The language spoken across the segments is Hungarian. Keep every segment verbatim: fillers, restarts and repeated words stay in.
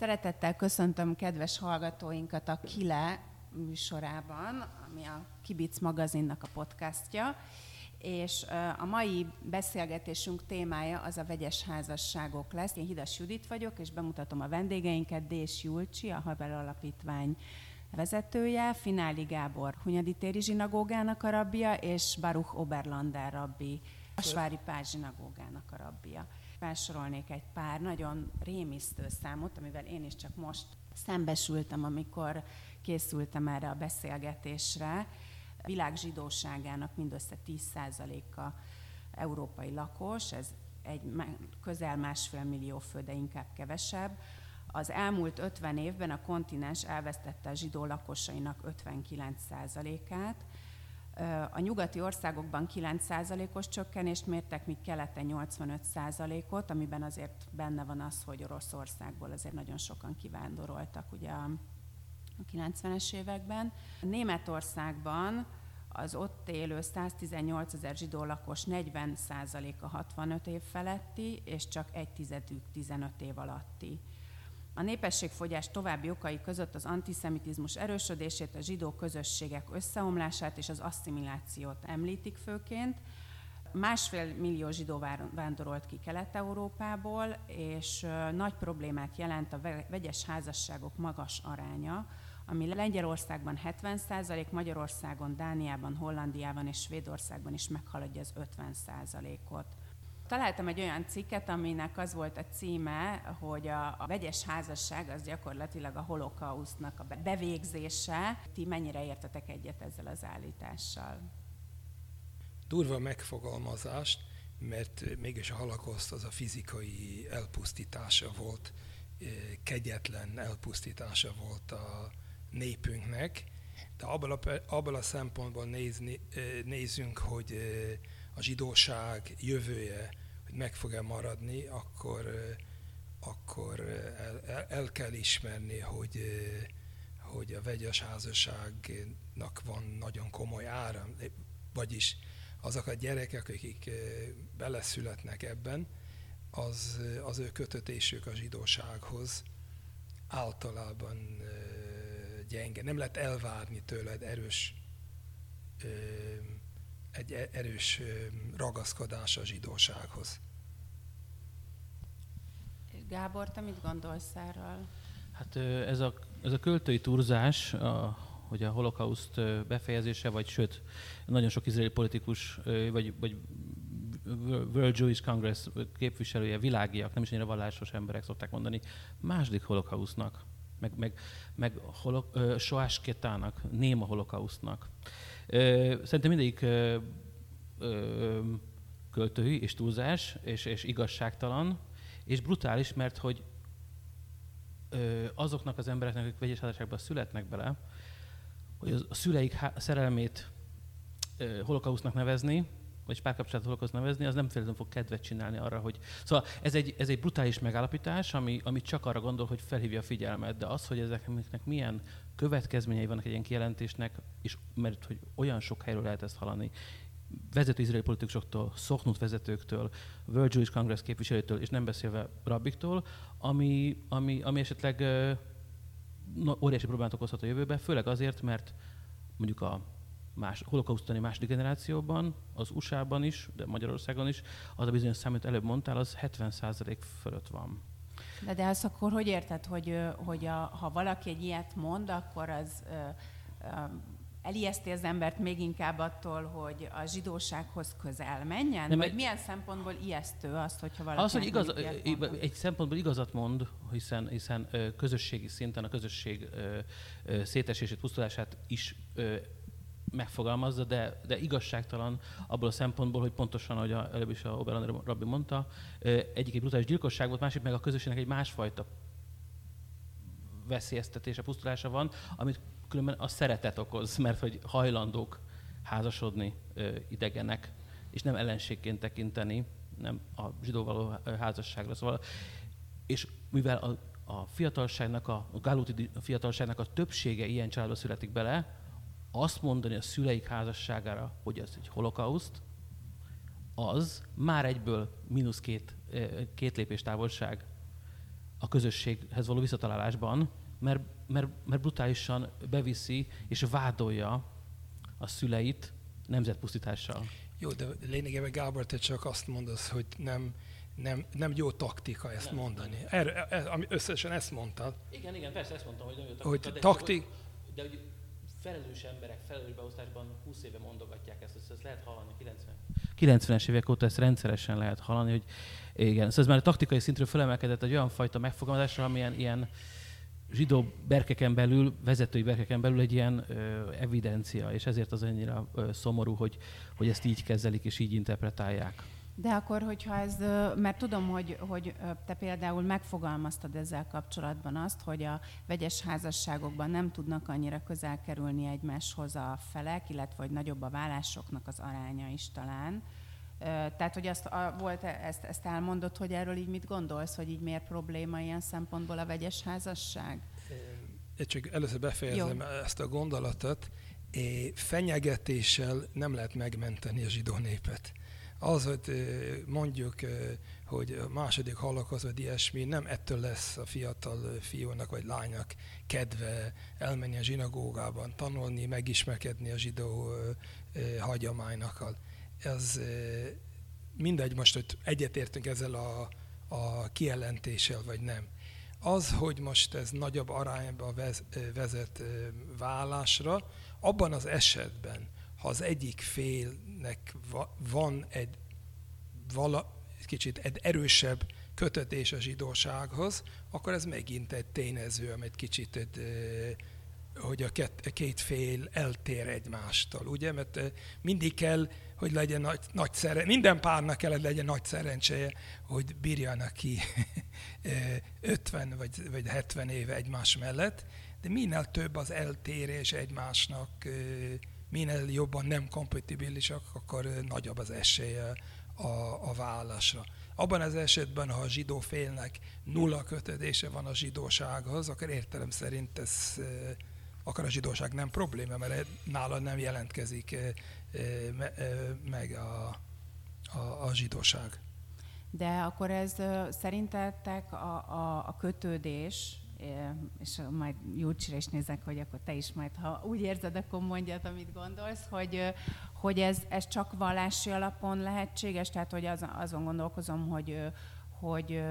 Szeretettel köszöntöm kedves hallgatóinkat a Kile műsorában, ami a Kibic magazinnak a podcastja, és a mai beszélgetésünk témája az a vegyes házasságok lesz. Én Hidas Judit vagyok, és bemutatom a vendégeinket, Dés Julcsi, a Havel Alapítvány vezetője, Fináli Gábor, Hunyadi téri zsinagógának a rabbija, és Baruch Oberlander rabbi, a Svári Pál zsinagógának a rabbija. Felsorolnék egy pár nagyon rémisztő számot, amivel én is csak most szembesültem, amikor készültem erre a beszélgetésre. A világ zsidóságának mindössze tíz százaléka európai lakos, ez egy közel másfél millió fő, de inkább kevesebb. Az elmúlt ötven évben a kontinens elvesztette a zsidó lakosainak ötvenkilenc százalékát. A nyugati országokban kilenc százalékos csökkenést mértek, míg keleten nyolcvanöt százalékot, amiben azért benne van az, hogy Oroszországból azért nagyon sokan kivándoroltak ugye a kilencvenes években. Németországban az ott élő száztizennyolcezer zsidó lakos negyven százaléka hatvanöt év feletti, és csak egy tizedük tizenöt év alatti. A népességfogyás további okai között az antiszemitizmus erősödését, a zsidó közösségek összeomlását és az asszimilációt említik főként. Másfél millió zsidó vándorolt ki Kelet-Európából, és nagy problémát jelent a vegyes házasságok magas aránya, ami Lengyelországban hetven százalék, Magyarországon, Dániában, Hollandiában és Svédországban is meghaladja az ötven százalékot. Találtam egy olyan cikket, aminek az volt a címe, hogy a, a vegyes házasság az gyakorlatilag a holokausztnak a bevégzése. Ti mennyire értetek egyet ezzel az állítással? Durva megfogalmazást, mert mégis a holokauszt az a fizikai elpusztítása volt, kegyetlen elpusztítása volt a népünknek, de abban a, abban a szempontból nézni, nézzünk, hogy a zsidóság jövője, hogy meg fog-e maradni, akkor, akkor el, el kell ismerni, hogy, hogy a vegyes házasságnak van nagyon komoly ára, vagyis azok a gyerekek, akik beleszületnek ebben, az, az ő kötöttésük a zsidósághoz általában gyenge. Nem lehet elvárni tőled erős egy erős ragaszkodás a zsidósághoz. Gábor, te mit gondolsz erről? Hát ez a, ez a költői turzás, a, hogy a holokauszt befejezése, vagy sőt, nagyon sok izraeli politikus, vagy, vagy World Jewish Congress képviselője, világiak, nem is annyira vallásos emberek szokták mondani, második holokausznak, meg, meg, meg holok, soásketának, néma holokausznak. Szerintem mindegyik költői és túlzás, és, és igazságtalan, és brutális, mert hogy azoknak az embereknek, akik vegyes házasságban születnek bele, hogy a szüleik szerelmét holokausztnak nevezni, vagy párkapcsolatot holokausztnak nevezni, az nem feltétlenül fog kedvet csinálni arra, hogy... Szóval ez egy, ez egy brutális megállapítás, ami, ami csak arra gondol, hogy felhívja a figyelmet, de az, hogy ezeknek milyen következményei vannak egy ilyen kijelentésnek, és mert hogy olyan sok helyről lehet ezt hallani, vezető izraeli politikusoktól, szoknut vezetőktől, World Jewish Congress képviselőtől, és nem beszélve rabbiktól, ami, ami, ami esetleg no, óriási problémát okozhat a jövőben, főleg azért, mert mondjuk a más, holokauszt utáni második generációban, az u es á-ban is, de Magyarországon is, az a bizonyos szám, amit előbb mondtál, az hetven százalék fölött van. De, de azt akkor hogy érted, hogy, hogy a, ha valaki egy ilyet mond, akkor az ö, ö, elijeszti az embert még inkább attól, hogy a zsidósághoz közel menjen? Nem, vagy milyen szempontból ijesztő azt, hogyha valaki... Az, hogy igaz, egy szempontból igazat mond, hiszen, hiszen közösségi szinten a közösség szétesését, pusztulását is megfogalmazza, de, de igazságtalan abból a szempontból, hogy pontosan, ahogy a, előbb is a Oberlander rabbi mondta, egyik egy brutális gyilkosság volt, másik meg a közösségnek egy másfajta veszélyeztetése, pusztulása van, amit különben a szeretet okoz, mert hogy hajlandók házasodni idegenek, és nem ellenségként tekinteni, nem a zsidó való házasságra. Szóval, és mivel a, a fiatalságnak, a, a gáluti fiatalságnak a többsége ilyen családba születik bele, azt mondani a szüleik házasságára, hogy ez egy holokauszt, az már egyből mínusz két, két lépés távolság a közösséghez való visszatalálásban, mert, mert, mert brutálisan beviszi és vádolja a szüleit nemzetpusztítással. Jó, de lényegében Gábor, te csak azt mondasz, hogy nem, nem, nem jó taktika ezt nem mondani. Erre, er, összesen ezt mondtad. Igen, igen, persze ezt mondtam, hogy nem jó taktika. Hogy de, taktik... de hogy felelős emberek felelős beosztásban húsz éve mondogatják ezt, ezt lehet hallani kilencven kilencvenes évek óta, ezt rendszeresen lehet hallani, hogy igen, szóval ez már a taktikai szintről felemelkedett egy olyan fajta megfogalmazásra, amilyen ilyen zsidó berkeken belül, vezetői berkeken belül egy ilyen ö, evidencia, és ezért az annyira ö, szomorú, hogy, hogy ezt így kezelik és így interpretálják. De akkor, hogyha ez, mert tudom, hogy, hogy te például megfogalmaztad ezzel kapcsolatban azt, hogy a vegyes házasságokban nem tudnak annyira közel kerülni egymáshoz a felek, illetve hogy nagyobb a vállásoknak az aránya is talán. Tehát, hogy azt, a, volt, ezt, ezt elmondod, hogy erről így mit gondolsz, hogy így miért probléma ilyen szempontból a vegyes házasság? Én csak először befejezem Jó. ezt a gondolatot. Fenyegetéssel nem lehet megmenteni a zsidó népet. Az, hogy mondjuk, hogy a második holokauszt vagy ilyesmi, nem ettől lesz a fiatal fiúnak vagy lánynak kedve elmenni a zsinagógában, tanulni, megismerkedni a zsidó hagyományokkal. Ez mindegy most, hogy egyetértünk ezzel a, a kijelentéssel, vagy nem. Az, hogy most ez nagyobb arányba vezet vállásra, abban az esetben, ha az egyik félnek van egy vala, kicsit egy erősebb kötetés a zsidósághoz, akkor ez megint egy tényező, amit kicsit, egy, hogy a két, két fél eltér egymástól, ugye? Mert mindig kell, hogy legyen nagy, nagy szeren, minden párnak kell, hogy legyen nagy szerencséje, hogy bírjanak ki ötven vagy, vagy hetven éve egymás mellett, de minél több az eltérés egymásnak, minél jobban nem kompatibilisak, akkor nagyobb az esélye a, a vállásra. Abban az esetben, ha a zsidó félnek nulla kötődése van a zsidósághoz, akkor értelem szerint ez, akkor a zsidóság nem probléma, mert nála nem jelentkezik meg a, a, a zsidóság. De akkor ez szerintetek a, a, a kötődés, és majd Júlcsira is nézek, hogy akkor te is majd, ha úgy érzed, akkor mondjad, amit gondolsz, hogy, hogy ez, ez csak vallási alapon lehetséges, tehát hogy az, azon gondolkozom, hogy, hogy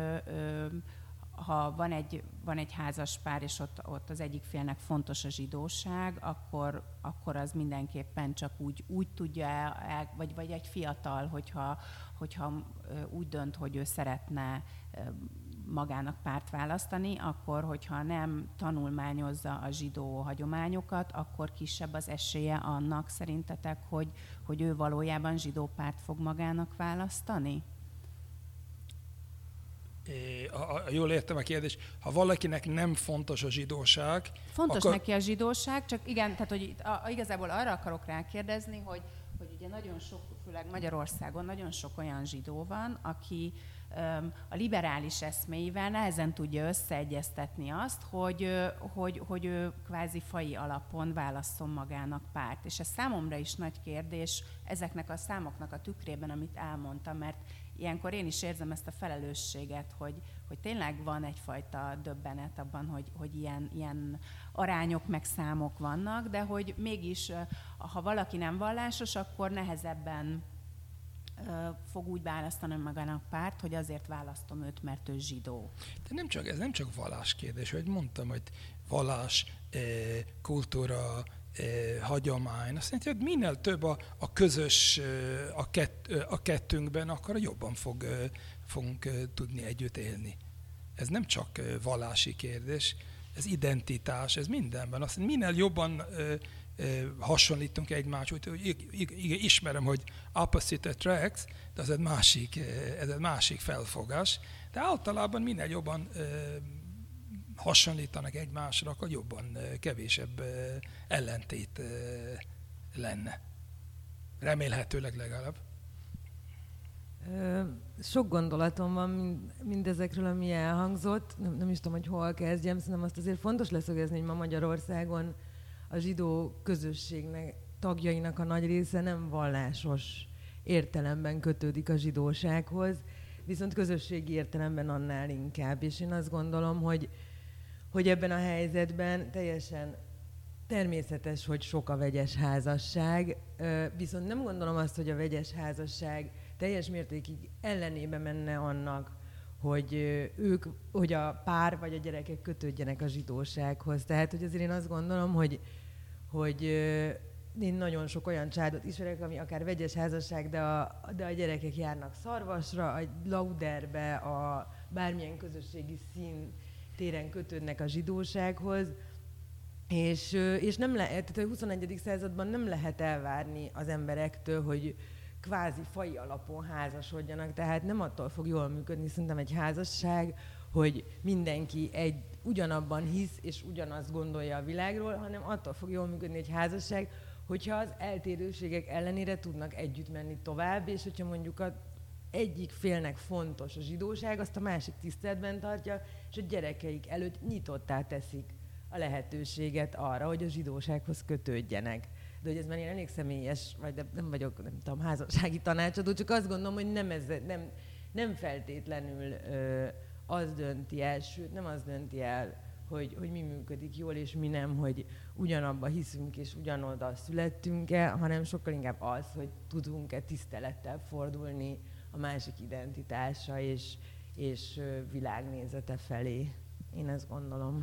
ha van egy, van egy házas pár, és ott, ott az egyik félnek fontos a zsidóság, akkor, akkor az mindenképpen csak úgy, úgy tudja el, vagy, vagy egy fiatal, hogyha, hogyha úgy dönt, hogy ő szeretne magának párt választani, akkor, hogyha nem tanulmányozza a zsidó hagyományokat, akkor kisebb az esélye annak szerintetek, hogy, hogy ő valójában zsidó párt fog magának választani? É, a, a, jól értem a kérdést. Ha valakinek nem fontos a zsidóság... Fontos akkor... neki a zsidóság, csak igen, tehát hogy a, a, igazából arra akarok rákérdezni, hogy, hogy ugye nagyon sok, főleg Magyarországon nagyon sok olyan zsidó van, aki um, a liberális eszméivel nehezen tudja összeegyeztetni azt, hogy, hogy, hogy ő kvázi faji alapon válasszon magának párt. És ez számomra is nagy kérdés ezeknek a számoknak a tükrében, amit elmondtam, mert ilyenkor én is érzem ezt a felelősséget, hogy, hogy tényleg van egyfajta döbbenet abban, hogy, hogy ilyen, ilyen arányok meg számok vannak, de hogy mégis, ha valaki nem vallásos, akkor nehezebben fog úgy választani magának párt, hogy azért választom őt, mert ő zsidó. De nem csak, ez nem csak valláskérdés, hogy mondtam, hogy vallás, kultúra, hagyomány. Azt jelenti, hogy minél több a, a közös a, kett, a kettőnkben, akkor jobban fog, fogunk tudni együtt élni. Ez nem csak vallási kérdés, ez identitás, ez mindenben. Azt mondja, minél jobban hasonlítunk egymáshoz, hogy ismerem, hogy opposite attracts, de ez egy másik, ez egy másik felfogás. De általában minél jobban hasonlítanak egymásra, akkor jobban kevésebb ellentét lenne. Remélhetőleg legalább. Sok gondolatom van mind, mindezekről, ami elhangzott. Nem, nem is tudom, hogy hol kezdjem, szerintem azt azért fontos leszögezni, hogy ma Magyarországon a zsidó közösségnek, tagjainak a nagy része nem vallásos értelemben kötődik a zsidósághoz. viszont közösségi értelemben annál inkább. És én azt gondolom, hogy, hogy ebben a helyzetben teljesen természetes, hogy sok a vegyes házasság, viszont nem gondolom azt, hogy a vegyes házasság teljes mértékig ellenébe menne annak, hogy ők, hogy a pár vagy a gyerekek kötődjenek a zsidósághoz. Tehát, hogy azért én azt gondolom, hogy, hogy én nagyon sok olyan családot ismerek, ami akár vegyes házasság, de a, de a gyerekek járnak Szarvasra, a Lauderbe, a bármilyen közösségi szín téren kötődnek a zsidósághoz, és, és nem lehet, tehát a huszonegyedik században nem lehet elvárni az emberektől, hogy kvázi faji alapon házasodjanak, tehát nem attól fog jól működni szerintem egy házasság, hogy mindenki egy ugyanabban hisz és ugyanazt gondolja a világról, hanem attól fog jól működni egy házasság, hogyha az eltérőségek ellenére tudnak együtt menni tovább, és hogyha mondjuk az egyik félnek fontos a zsidóság, azt a másik tiszteletben tartja, és a gyerekeik előtt nyitottá teszik a lehetőséget arra, hogy a zsidósághoz kötődjenek. De hogy ez már elég személyes, vagy nem vagyok, nem tudom, házassági tanácsadó, csak azt gondolom, hogy nem, ez, nem, nem feltétlenül ö, az dönti el, sőt nem az dönti el, hogy, hogy mi működik jól, és mi nem, hogy ugyanabba hiszünk, és ugyanoda születtünk-e, hanem sokkal inkább az, hogy tudunk-e tisztelettel fordulni a másik identitása és, és világnézete felé. Én ezt gondolom.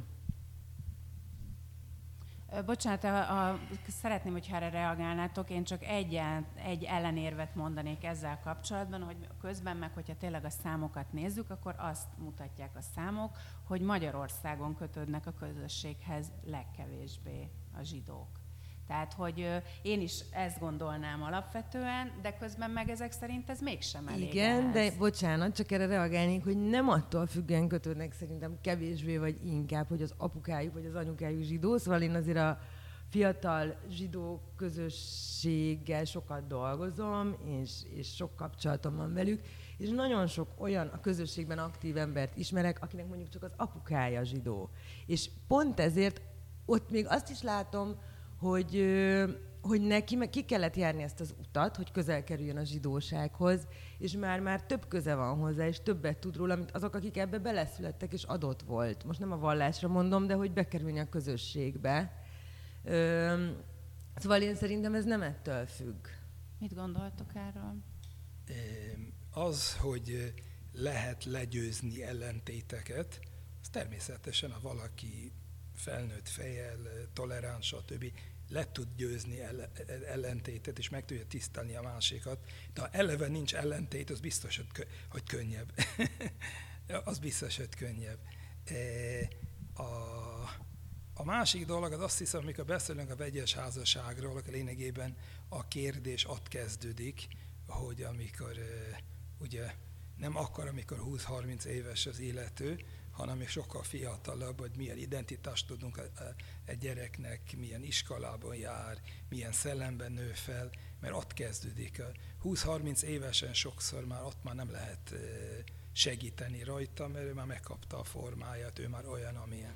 Bocsánat, a, a, szeretném, hogyha erre reagálnátok. Én csak egy, egy ellenérvet mondanék ezzel kapcsolatban, hogy közben meg, hogyha tényleg a számokat nézzük, akkor azt mutatják a számok, hogy Magyarországon kötődnek a közösséghez legkevésbé a zsidók. Tehát, hogy én is ezt gondolnám alapvetően, de közben meg ezek szerint ez mégsem elég. Igen, ehhez. de bocsánat, csak erre reagálnék, hogy nem attól függően kötődnek szerintem kevésbé vagy inkább, hogy az apukájuk vagy az anyukájuk zsidó. Szóval én azért a fiatal zsidó közösséggel sokat dolgozom, és, és sok kapcsolatom van velük, és nagyon sok olyan a közösségben aktív embert ismerek, akinek mondjuk csak az apukája zsidó. És pont ezért ott még azt is látom, hogy, hogy neki ki kellett járni ezt az utat, hogy közel kerüljön a zsidósághoz, és már-már több köze van hozzá, és többet tud róla, mint azok, akik ebbe beleszülettek, és adott volt. Most nem a vallásra mondom, de hogy bekerülni a közösségbe. Szóval én szerintem ez nem ettől függ. Mit gondoltok erről? Az, hogy lehet legyőzni ellentéteket, az természetesen, ha valaki felnőtt fejjel, toleráns, stb. Le tud győzni ellentétet, és meg tudja tisztelni a másikat. De ha eleve nincs ellentét, az biztos, hogy könnyebb. az biztos, hogy könnyebb. A, a másik dolog, az azt hiszem, amikor beszélünk a vegyes házasságról, akkor lényegében a kérdés ott kezdődik, hogy amikor ugye nem akkor, amikor húsz-harminc éves az illető, hanem még sokkal fiatalabb, hogy milyen identitást tudunk egy gyereknek, milyen iskolában jár, milyen szellemben nő fel, mert ott kezdődik. húsz-harminc évesen sokszor már ott már nem lehet segíteni rajta, mert ő már megkapta a formáját, ő már olyan, amilyen.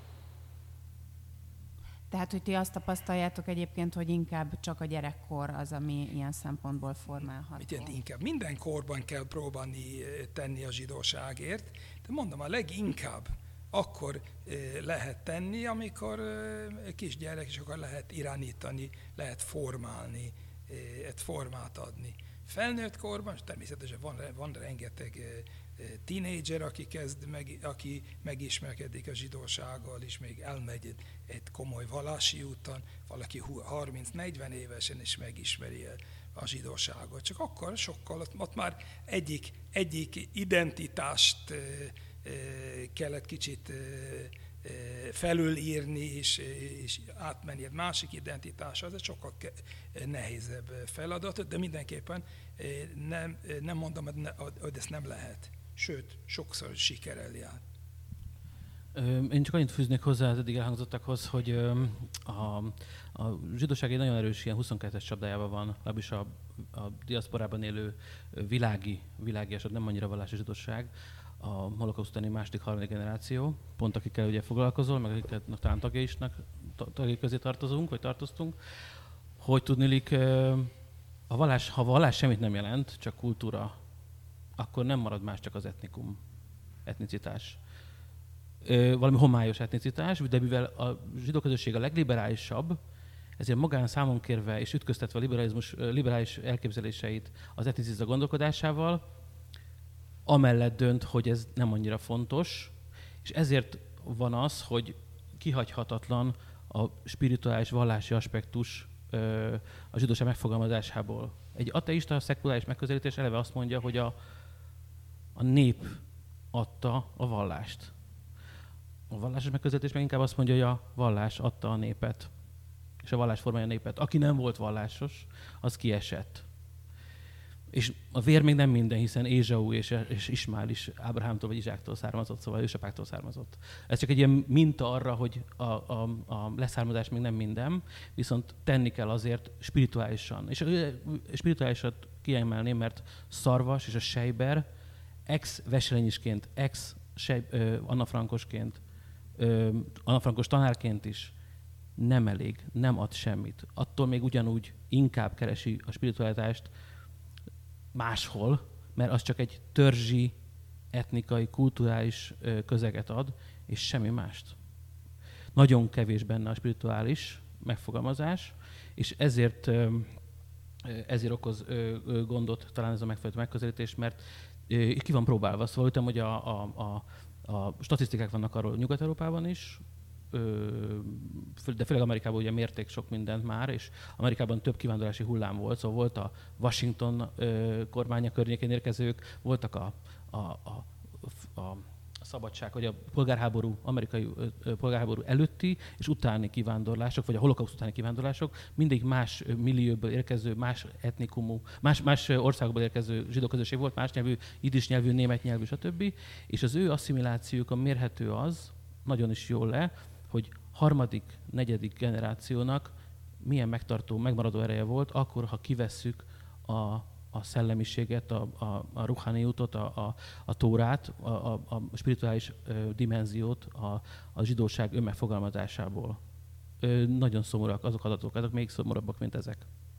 Tehát, hogy ti azt tapasztaljátok egyébként, hogy inkább csak a gyerekkor az, ami ilyen szempontból formálható. Mit jelent inkább? Minden korban kell próbálni tenni a zsidóságért, de mondom, a leginkább akkor lehet tenni, amikor kisgyerek, és akkor lehet irányítani, lehet formálni, egy formát adni. Felnőtt korban, és természetesen van, van rengeteg tínédzser, aki, kezd meg, aki megismerkedik a zsidósággal, és még elmegy egy komoly vallási úton, valaki harminc-negyven évesen is megismeri a zsidóságot. Csak akkor sokkal, ott, ott már egyik, egyik identitást kellett kicsit felülírni és, és átmenni egy másik identitásra, ez egy sokkal nehézebb feladat, de mindenképpen nem, nem mondom, hogy ezt nem lehet. Sőt, sokszor sikerrel jár. Én csak annyit fűznék hozzá az eddig elhangzottakhoz, hogy a, a zsidóság egy nagyon erős ilyen huszonkettes csapdájában van, legalábbis a, a diaszporában élő világi, világi eset, nem annyira vallási zsidóság, a holokauszt utáni második, harmadik generáció, pont akikkel ugye foglalkozol, meg akikkel talán tagjaisnak, tagjai közé tartozunk, vagy tartoztunk, hogy tudnilik, a vallás, ha a vallás semmit nem jelent, csak kultúra akkor nem marad más, csak az etnikum, etnicitás. Ö, valami homályos etnicitás, de mivel a zsidó közösség a legliberálisabb, ezért magán számon kérve és ütköztetve a liberalizmus liberális elképzeléseit az etnicista gondolkodásával, amellett dönt, hogy ez nem annyira fontos, és ezért van az, hogy kihagyhatatlan a spirituális vallási aspektus ö, a zsidóság megfogalmazásából. Egy ateista, szekuláris megközelítés eleve azt mondja, hogy a, a nép adta a vallást. A vallásos megközelítés meg inkább azt mondja, hogy a vallás adta a népet, és a vallás formája a népet. Aki nem volt vallásos, az kiesett. És a vér még nem minden, hiszen Ézsau és, és Ismál is Ábrahámtól vagy Izsáktól származott, szóval ősapáktól származott. Ez csak egy ilyen minta arra, hogy a, a, a leszármazás még nem minden, viszont tenni kell azért spirituálisan. És a spirituálisat kiemelném, mert Szarvas és a Seiber ex-veselényisként, ex-Anna Frankosként, Anna Frankos tanárként is nem elég, nem ad semmit. Attól még ugyanúgy inkább keresi a spiritualitást máshol, mert az csak egy törzsi, etnikai, kulturális közeget ad, és semmi mást. Nagyon kevés benne a spirituális megfogalmazás, és ezért, ezért okoz gondot talán ez a megfelelő megközelítés, mert ki van próbálva. Szóval ütem, hogy a, a, a, a statisztikák vannak arról Nyugat-Európában is, de főleg Amerikában ugye mérték sok mindent már, és Amerikában több kivándorlási hullám volt, szóval volt a Washington kormánya környékén érkezők, voltak a, a, a, a szabadság, vagy a polgárháború, amerikai polgárháború előtti és utáni kivándorlások, vagy a holokauszt utáni kivándorlások, mindig más millióból érkező, más etnikumú, más, más országokból érkező zsidó közösség volt, más nyelvű, jiddis nyelvű, német nyelvű, stb. És az ő asszimilációkon mérhető az, nagyon is jól le, hogy harmadik, negyedik generációnak milyen megtartó, megmaradó ereje volt, akkor, ha kivesszük a, a szellemiséget, a, a, a ruhániutot, a, a, a tórát, a, a, a spirituális ö, dimenziót a, a zsidóság önmegfogalmazásából. Ö, nagyon szomorúak azok adatok, azok még szomorúbbak, mint ezek.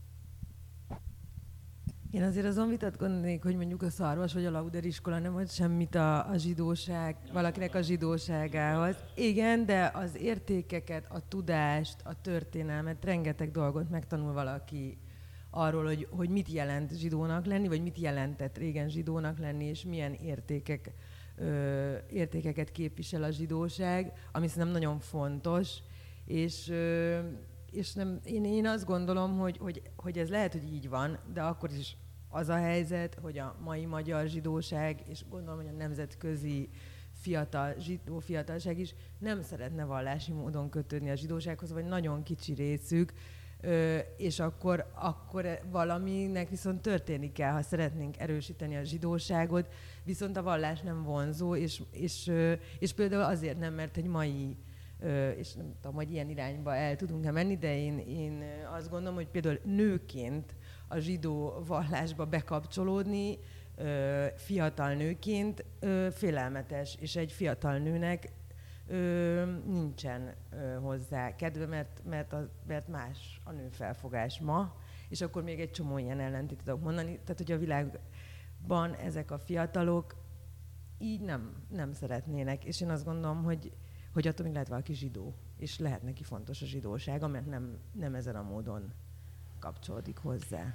Én azért azon vitatkoznék, hogy mondjuk a Szarvas vagy a Lauder iskola nem ad semmit a, a zsidóság, valakinek a zsidóságához. Igen, de az értékeket, a tudást, a történelmet, rengeteg dolgot megtanul valaki arról, hogy, hogy mit jelent zsidónak lenni, vagy mit jelentett régen zsidónak lenni, és milyen értékek, ö, értékeket képvisel a zsidóság, ami szerintem nagyon fontos, és... Ö, és nem, én, én azt gondolom, hogy, hogy, hogy ez lehet, hogy így van, de akkor is az a helyzet, hogy a mai magyar zsidóság, és gondolom, hogy a nemzetközi fiatal, zsidó fiatalság is nem szeretne vallási módon kötődni a zsidósághoz, vagy nagyon kicsi részük, és akkor, akkor valaminek viszont történni kell, ha szeretnénk erősíteni a zsidóságot, viszont a vallás nem vonzó, és, és, és például azért nem, mert egy mai és nem tudom, hogy ilyen irányba el tudunk-e menni, de én, én azt gondolom, hogy például nőként a zsidó vallásba bekapcsolódni, fiatal nőként félelmetes, és egy fiatal nőnek nincsen hozzá kedve, mert, mert, a, mert más a nő felfogás ma, és akkor még egy csomó ilyen ellentétet tudok mondani. Tehát, hogy a világban ezek a fiatalok így nem, nem szeretnének, és én azt gondolom, hogy hogy attól még lehet valaki zsidó, és lehet neki fontos a zsidósága, mert nem, nem ezen a módon kapcsolódik hozzá.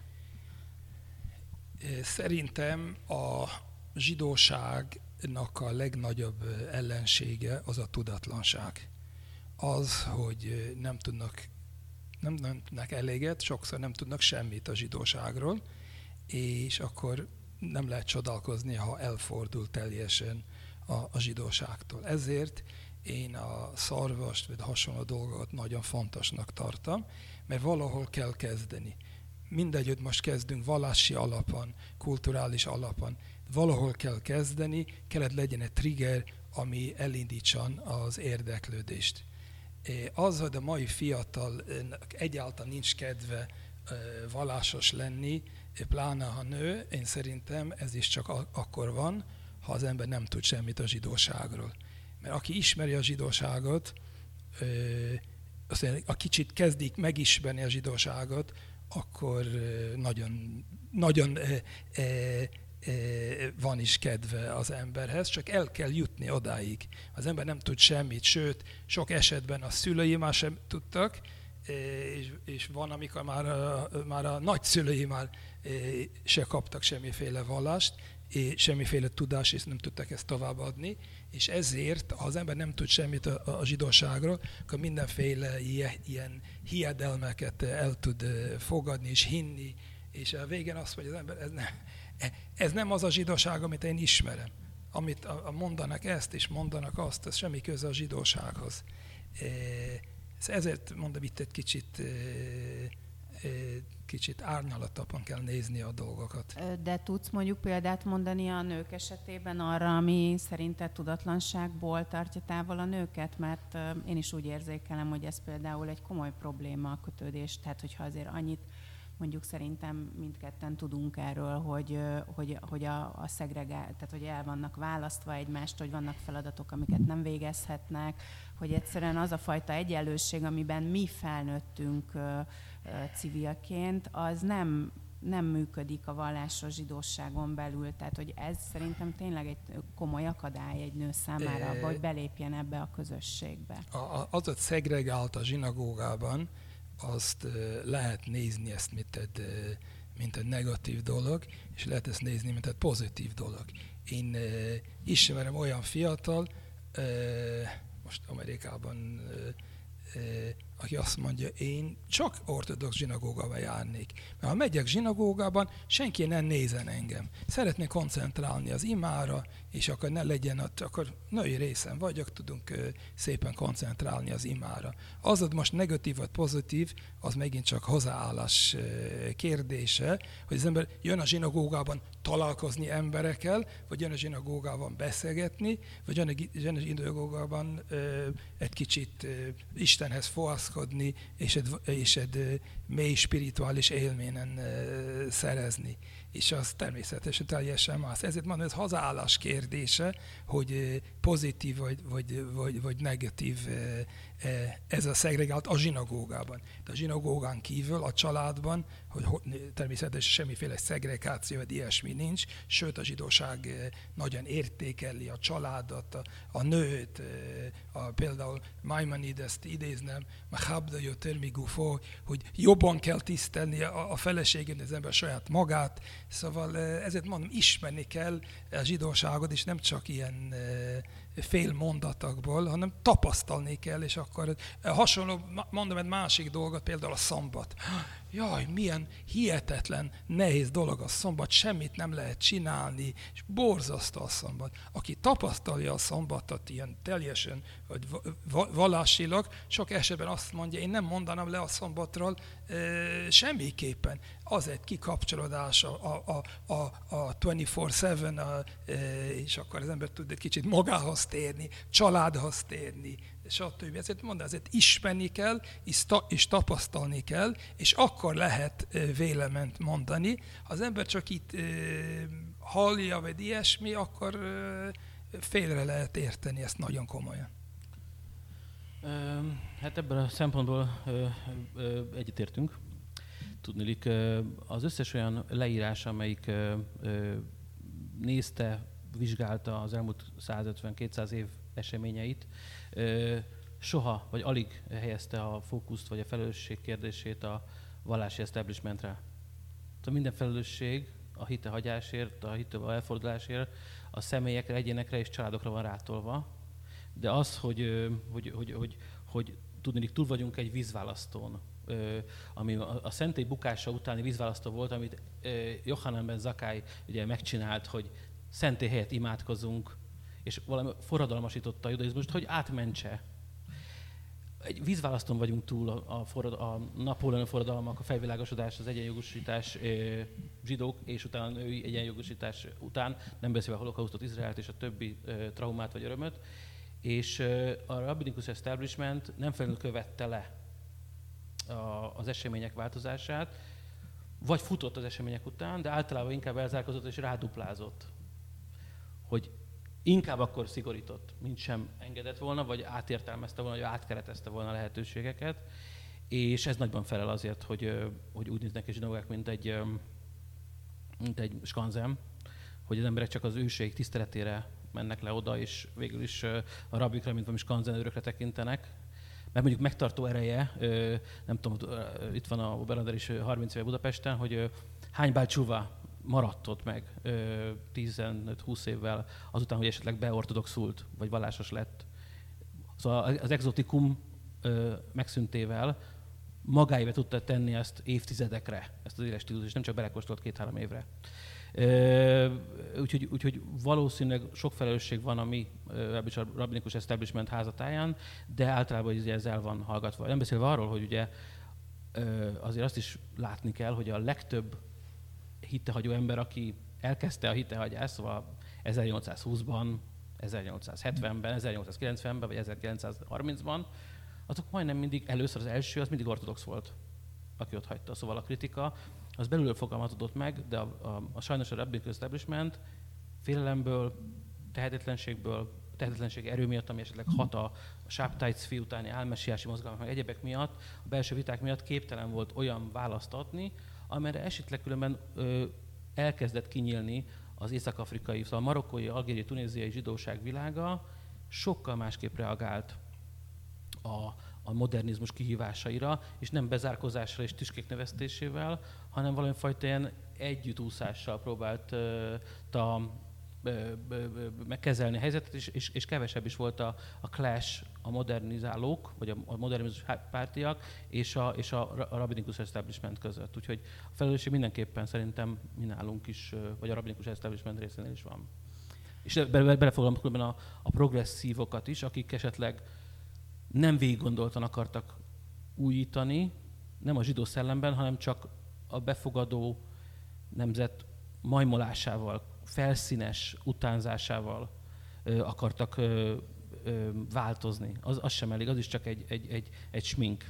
Szerintem a zsidóságnak a legnagyobb ellensége az a tudatlanság. Az, hogy nem tudnak, nem, nem tudnak eléget, sokszor nem tudnak semmit a zsidóságról, és akkor nem lehet csodálkozni, ha elfordul teljesen a, a zsidóságtól. Ezért én a Szarvast, vagy hasonló dolgokat nagyon fontosnak tartom, mert valahol kell kezdeni. Mindegy, hogy most kezdünk vallási alapon, kulturális alapon, valahol kell kezdeni, kellett legyen egy trigger, ami elindítson az érdeklődést. Az, hogy a mai fiatal egyáltalán nincs kedve vallásos lenni, pláne ha nő, én szerintem ez is csak akkor van, ha az ember nem tud semmit a zsidóságról. Mert aki ismeri a zsidóságot, a kicsit kezdik megismerni a zsidóságot, akkor nagyon, nagyon van is kedve az emberhez, csak el kell jutni odáig. Az ember nem tud semmit, sőt, sok esetben a szülei már sem tudtak, és, és van, amikor már a, már a nagyszülei már se kaptak semmiféle vallást, és semmiféle tudást, és nem tudtak ezt továbbadni, és ezért, ha az ember nem tud semmit a, a zsidóságról, akkor mindenféle ilyen, ilyen hiedelmeket el tud fogadni és hinni, és a végén azt mondja az ember, ez nem, ez nem az a zsidóság, amit én ismerem. Amit a, a mondanak ezt, és mondanak azt, ez semmi köze a zsidósághoz. Ezért mondom, itt egy kicsit kicsit árnyalatabban kell nézni a dolgokat. De tudsz mondjuk példát mondani a nők esetében arra, ami szerinted tudatlanságból tartja távol a nőket? Mert én is úgy érzékelem, hogy ez például egy komoly probléma a kötődés. Tehát, hogyha azért annyit mondjuk szerintem mindketten tudunk erről, hogy, hogy, hogy a, a szegregál, tehát hogy el vannak választva egymást, hogy vannak feladatok, amiket nem végezhetnek, hogy egyszerűen az a fajta egyenlőség, amiben mi felnőttünk civilként, az nem, nem működik a vallásos zsidóságon belül. Tehát, hogy ez szerintem tényleg egy komoly akadály egy nő számára, e... hogy belépjen ebbe a közösségbe. A, a, az a szegregált a zsinagógában, azt lehet nézni ezt, mint egy, mint egy negatív dolog, és lehet ezt nézni, mint egy pozitív dolog. Én ismerem olyan fiatal, most Amerikában, aki azt mondja, én csak ortodox zsinagógába járnék. Mert ha megyek zsinagógában, senki nem nézen engem. Szeretnék koncentrálni az imára, és akkor ne legyen ott, akkor női részen vagyok, tudunk szépen koncentrálni az imára. Az, hogy most negatív vagy pozitív, az megint csak hozzáállás kérdése, hogy az ember jön a zsinagógában találkozni emberekkel, vagy jön a zsinagógában beszélgetni, vagy jön a zsinagógában egy kicsit Istenhez fohászkodni, és egy, és egy mély spirituális élményen szerezni. És az természetesen teljesen más. Ezért mondom, ez hazállás kérdése, hogy pozitív vagy, vagy, vagy, vagy negatív ez a szegregált a zsinagógában. De a zsinagógán kívül, a családban, hogy természetesen semmiféle szegregáció, vagy ilyesmi nincs, sőt a zsidóság nagyon értékeli a családot, a, a nőt, a, például Maimonides-t idéznem, hogy jobban kell tisztelni a, a feleségét, az ember saját magát. Szóval ezért mondom, ismerni kell a zsidóságot, és nem csak ilyen fél mondatokból, hanem tapasztalni kell, és akkor hasonló, mondom egy másik dolgot, például a szombat. Jaj, milyen hihetetlen, nehéz dolog a szombat, semmit nem lehet csinálni, és borzasztó a szombat. Aki tapasztalja a szombatot ilyen teljesen, vagy vallásilag, sok esetben azt mondja, én nem mondanám le a szombatról e, semmiképpen. Az egy kikapcsolódás a, a, a, a huszonnégy hét, és akkor az ember tud egy kicsit magához térni, családhoz térni, stb. Ezért mondom, ezért ismerni kell, és, ta, és tapasztalni kell, és akkor lehet véleményt mondani. Ha az ember csak itt e, hallja, vagy ilyesmi, akkor e, félre lehet érteni ezt nagyon komolyan. Hát ebből a szempontból egyetértünk. Tudniillik, az összes olyan leírás, amelyik nézte, vizsgálta az elmúlt százötven-kétszáz év eseményeit, soha vagy alig helyezte a fókuszt vagy a felelősség kérdését a vallási establishmentre. Tehát minden felelősség a hitehagyásért, a hitől elfordulásért a személyekre, egyénekre és családokra van rátolva. De az, hogy, hogy, hogy, hogy, hogy tudniillik, túl vagyunk egy vízválasztón, ami a szentély bukása utáni vízválasztó volt, amit Johanan ben Zakkai ugye megcsinált, hogy szentély helyett imádkozunk, és valami forradalmasította a judaizmust, hogy átmentse. Egy vízválasztón vagyunk túl a, forrad, a napóleoni forradalmak, a felvilágosodás, az egyenjogosítás zsidók, és utána a női egyenjogosítás után, nem beszélve a holokausztot, Izraelt és a többi traumát vagy örömöt. És a rabbinikus establishment nem felül követte le a, az események változását, vagy futott az események után, de általában inkább elzárkózott és ráduplázott. Hogy inkább akkor szigorított, mint sem engedett volna, vagy átértelmezte volna, vagy átkeretezte volna a lehetőségeket. És ez nagyban felel azért, hogy, hogy úgy néznek a zsinagógák, mint egy, mint egy skanzen, hogy az emberek csak az őseik tiszteletére mennek le oda, és végül is a rabikra, mint valami skanzenőrökre tekintenek. Mert mondjuk megtartó ereje, nem tudom, itt van a Oberlander is harminc éve Budapesten, hogy hány bálcsúva maradt ott meg tizenöt-húsz évvel azután, hogy esetleg beortodoxult, vagy vallásos lett. Szóval az exotikum megszüntével magáévé tudta tenni ezt évtizedekre, ezt az éles stílus, és nem csak belekóstolt két-három évre. Úgyhogy, úgyhogy valószínűleg sok felelősség van a mi a rabbinikus establishment házatáján, de általában ugye ez el van hallgatva. Nem beszélve arról, hogy ugye azért azt is látni kell, hogy a legtöbb hitehagyó ember, aki elkezdte a hitehagyást, szóval ezernyolcszázhúszban, ezernyolcszázhetvenben, ezernyolcszázkilencvenben vagy ezerkilencszázharmincban, azok majdnem mindig először az első, az mindig ortodox volt, aki ott hagyta. Szóval a kritika az belülről fogalmazódott meg, de a, a, a sajnos a rabbinikus establishment félelemből, tehetetlenségből, tehetetlenség erő miatt, ami esetleg hat a, a Shabtai utáni álmesiási mozgalmak, meg egyebek miatt, a belső viták miatt képtelen volt olyan választ adni, amelyre esetleg különben ö, elkezdett kinyílni az észak-afrikai, szóval a marokkói, algériai, tunéziai zsidóság világa sokkal másképp reagált a, a modernizmus kihívásaira, és nem bezárkozásra és tüskék növesztésével, hanem valamifajta ilyen együttúszással próbált uh, ta, megkezelni a helyzetet, és, és, és kevesebb is volt a, a clash a modernizálók, vagy a, a modernizmus pártiak, és a, és a, a rabbinikus establishment között. Úgyhogy a felelősség mindenképpen szerintem mi nálunk is, vagy a rabbinikus establishment részénél is van. És belefoglalom különben a, a progresszívokat is, akik esetleg nem végiggondoltan akartak újítani, nem a zsidó szellemben, hanem csak a befogadó nemzet majmolásával, felszínes utánzásával ö, akartak ö, ö, változni. Az, az sem elég, az is csak egy, egy, egy, egy smink.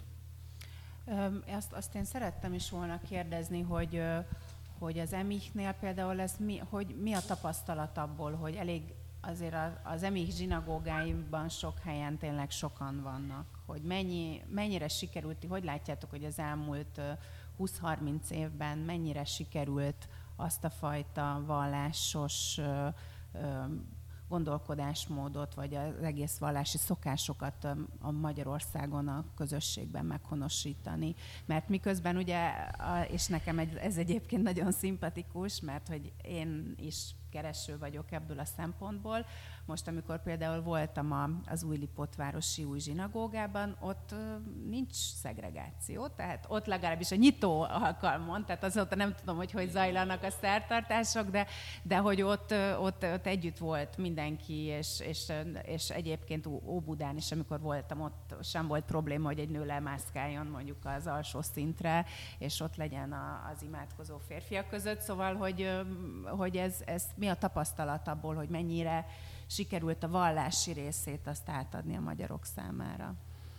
Azt, azt én szerettem is volna kérdezni, hogy, hogy az Emichnél például ez mi, hogy mi a tapasztalat abból, hogy elég azért az Emich zsinagógáiban sok helyen tényleg sokan vannak, hogy mennyi, mennyire sikerült, hogy látjátok, hogy az elmúlt húsz-harminc évben mennyire sikerült azt a fajta vallásos ö, ö, gondolkodásmódot, vagy az egész vallási szokásokat a Magyarországon a közösségben meghonosítani. Mert miközben ugye, és nekem ez egyébként nagyon szimpatikus, mert hogy én is kereső vagyok ebből a szempontból. Most, amikor például voltam az Újlipótvárosi új zsinagógában, ott nincs szegregáció, tehát ott legalábbis a nyitó alkalmon, tehát azóta nem tudom, hogy hogy zajlanak a szertartások, de, de hogy ott, ott, ott együtt volt mindenki, és, és, és egyébként Óbudán is, amikor voltam, ott sem volt probléma, hogy egy nő lemászkáljon mondjuk az alsó szintre, és ott legyen a, az imádkozó férfiak között. Szóval, hogy, hogy ez, ez mi a tapasztalat abból, hogy mennyire sikerült a vallási részét azt átadni a magyarok számára?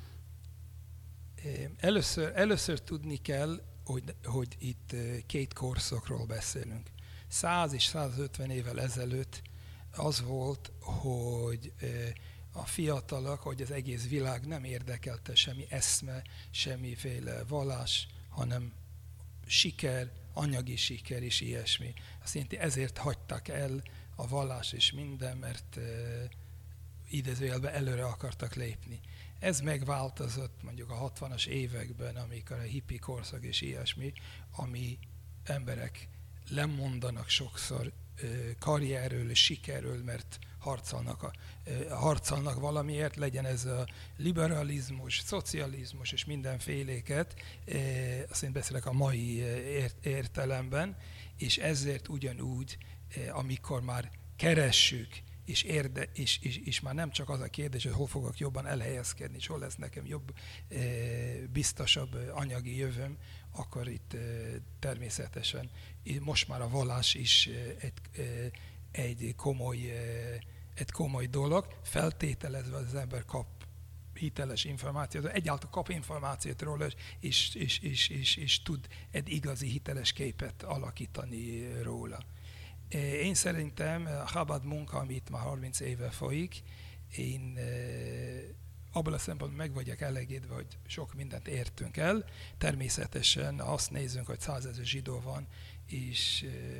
Először, először tudni kell, hogy, hogy itt két korszakról beszélünk. száz és százötven évvel ezelőtt az volt, hogy a fiatalok, hogy az egész világ nem érdekelte semmi eszme, semmiféle vallás, hanem siker, anyagi siker és ilyesmi. Azt jelenti, ezért hagytak el a vallás és minden, mert uh, idézőjelben előre akartak lépni. Ez megváltozott mondjuk a hatvanas években, amikor a hippi korszak és ilyesmi, ami emberek lemondanak sokszor uh, karrierről és sikerről, mert harcolnak, a, uh, harcolnak valamiért, legyen ez a liberalizmus, szocializmus és mindenféléket, uh, azt én beszélek a mai ért, értelemben, és ezért ugyanúgy, amikor már keressük, és, érde, és, és, és már nem csak az a kérdés, hogy hol fogok jobban elhelyezkedni, és hol lesz nekem jobb, biztosabb anyagi jövőm, akkor itt természetesen most már a vallás is egy, egy, komoly, egy komoly dolog, feltételezve az ember kap hiteles információt, egyáltalán kap információt róla, és, és, és, és, és tud egy igazi hiteles képet alakítani róla. Én szerintem a Chabad munka, amit már harminc éve folyik, én abban a szempontból meg vagyok elégedve, hogy sok mindent értünk el. Természetesen azt nézzünk, hogy százezer zsidó van, és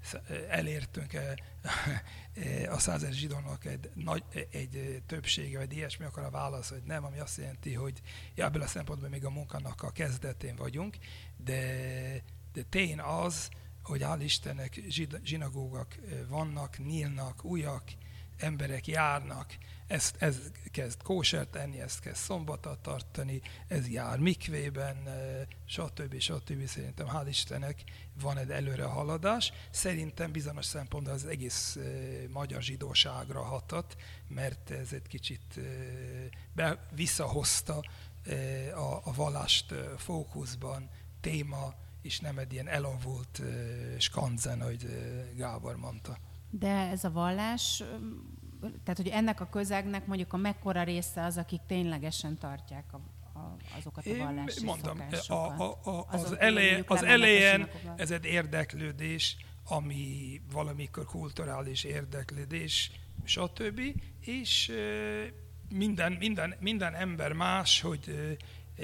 elértünk a százezer zsidónak egy, nagy, egy többsége, vagy ilyesmi, akkor a válasz, hogy nem, ami azt jelenti, hogy ja, ebből a szempontból még a munkának a kezdetén vagyunk, de, de tény az, hogy hál' Istennek zsinagógak vannak, nyílnak, újak, emberek járnak, ez, ez kezd kósert enni, ez kezd szombatot tartani, ez jár mikvében, stb. stb. Szerintem hál' Istennek van egy előre haladás. Szerintem bizonyos szempontból az egész magyar zsidóságra hatott, mert ez egy kicsit be, visszahozta a, a vallást fókuszban, téma, és nem egy ilyen elavult skanzen, ahogy Gábor mondta. De ez a vallás, tehát hogy ennek a közegnek mondjuk a mekkora része az, akik ténylegesen tartják a, a, azokat a vallási Mondom, szokásokat? A, a, a, az, Azok, eleje, az elején ez egy érdeklődés, ami valamikor kulturális érdeklődés, stb. És minden, minden, minden ember más, hogy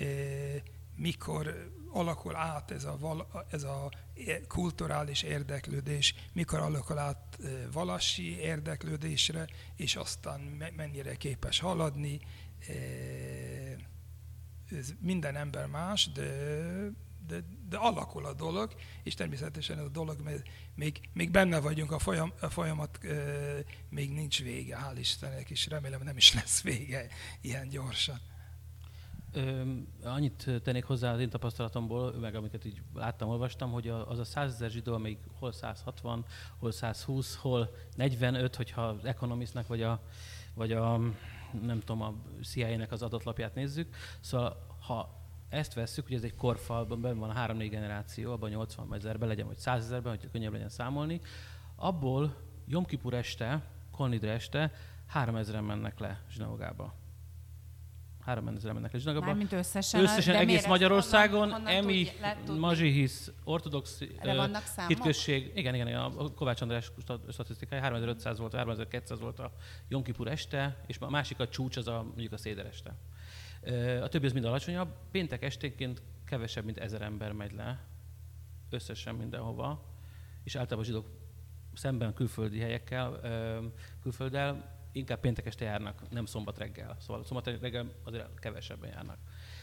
mikor alakul át ez a, ez a kulturális érdeklődés, mikor alakul át vallási érdeklődésre, és aztán mennyire képes haladni. Ez minden ember más, de, de, de alakul a dolog, és természetesen ez a dolog, mert még, még benne vagyunk, a, folyam, a folyamat még nincs vége, hál' Istennek, és remélem nem is lesz vége ilyen gyorsan. Ö, annyit tennék hozzá az én tapasztalatomból, meg amiket így láttam, olvastam, hogy az a százezer zsidó, amelyik hol száz hatvan, hol száz húsz, hol negyvenöt, hogyha az Economistnak vagy a, vagy a nem tudom, a C I A-nek az adatlapját nézzük. Szóval ha ezt vesszük, hogy ez egy korfalban, benne van három-négy generáció, abban nyolcvan ezerben legyen, vagy százezerben, hogy könnyebb legyen számolni, abból Jom Kipur este, Kolnidre este háromezren mennek le zsinagógába. háromezren mennek le zsinagógába. Mármint összesen, összesen egész Magyarországon, honnan, honnan Emi, Mazsihisz, ortodox hitközség, igen, igen, a Kovács András statisztikája, háromezer-ötszáz volt, háromezer-kétszáz volt a Jom Kipur este, és a másik a csúcs, az a, mondjuk a széder este. A többi az mind alacsonyabb. Péntek esténként kevesebb, mint ezer ember megy le, összesen mindenhova, és általában a zsidók szemben külföldi helyekkel, külfölddel, inkább péntek este járnak, nem szombat reggel. Szóval szombat reggel azért kevesebben járnak.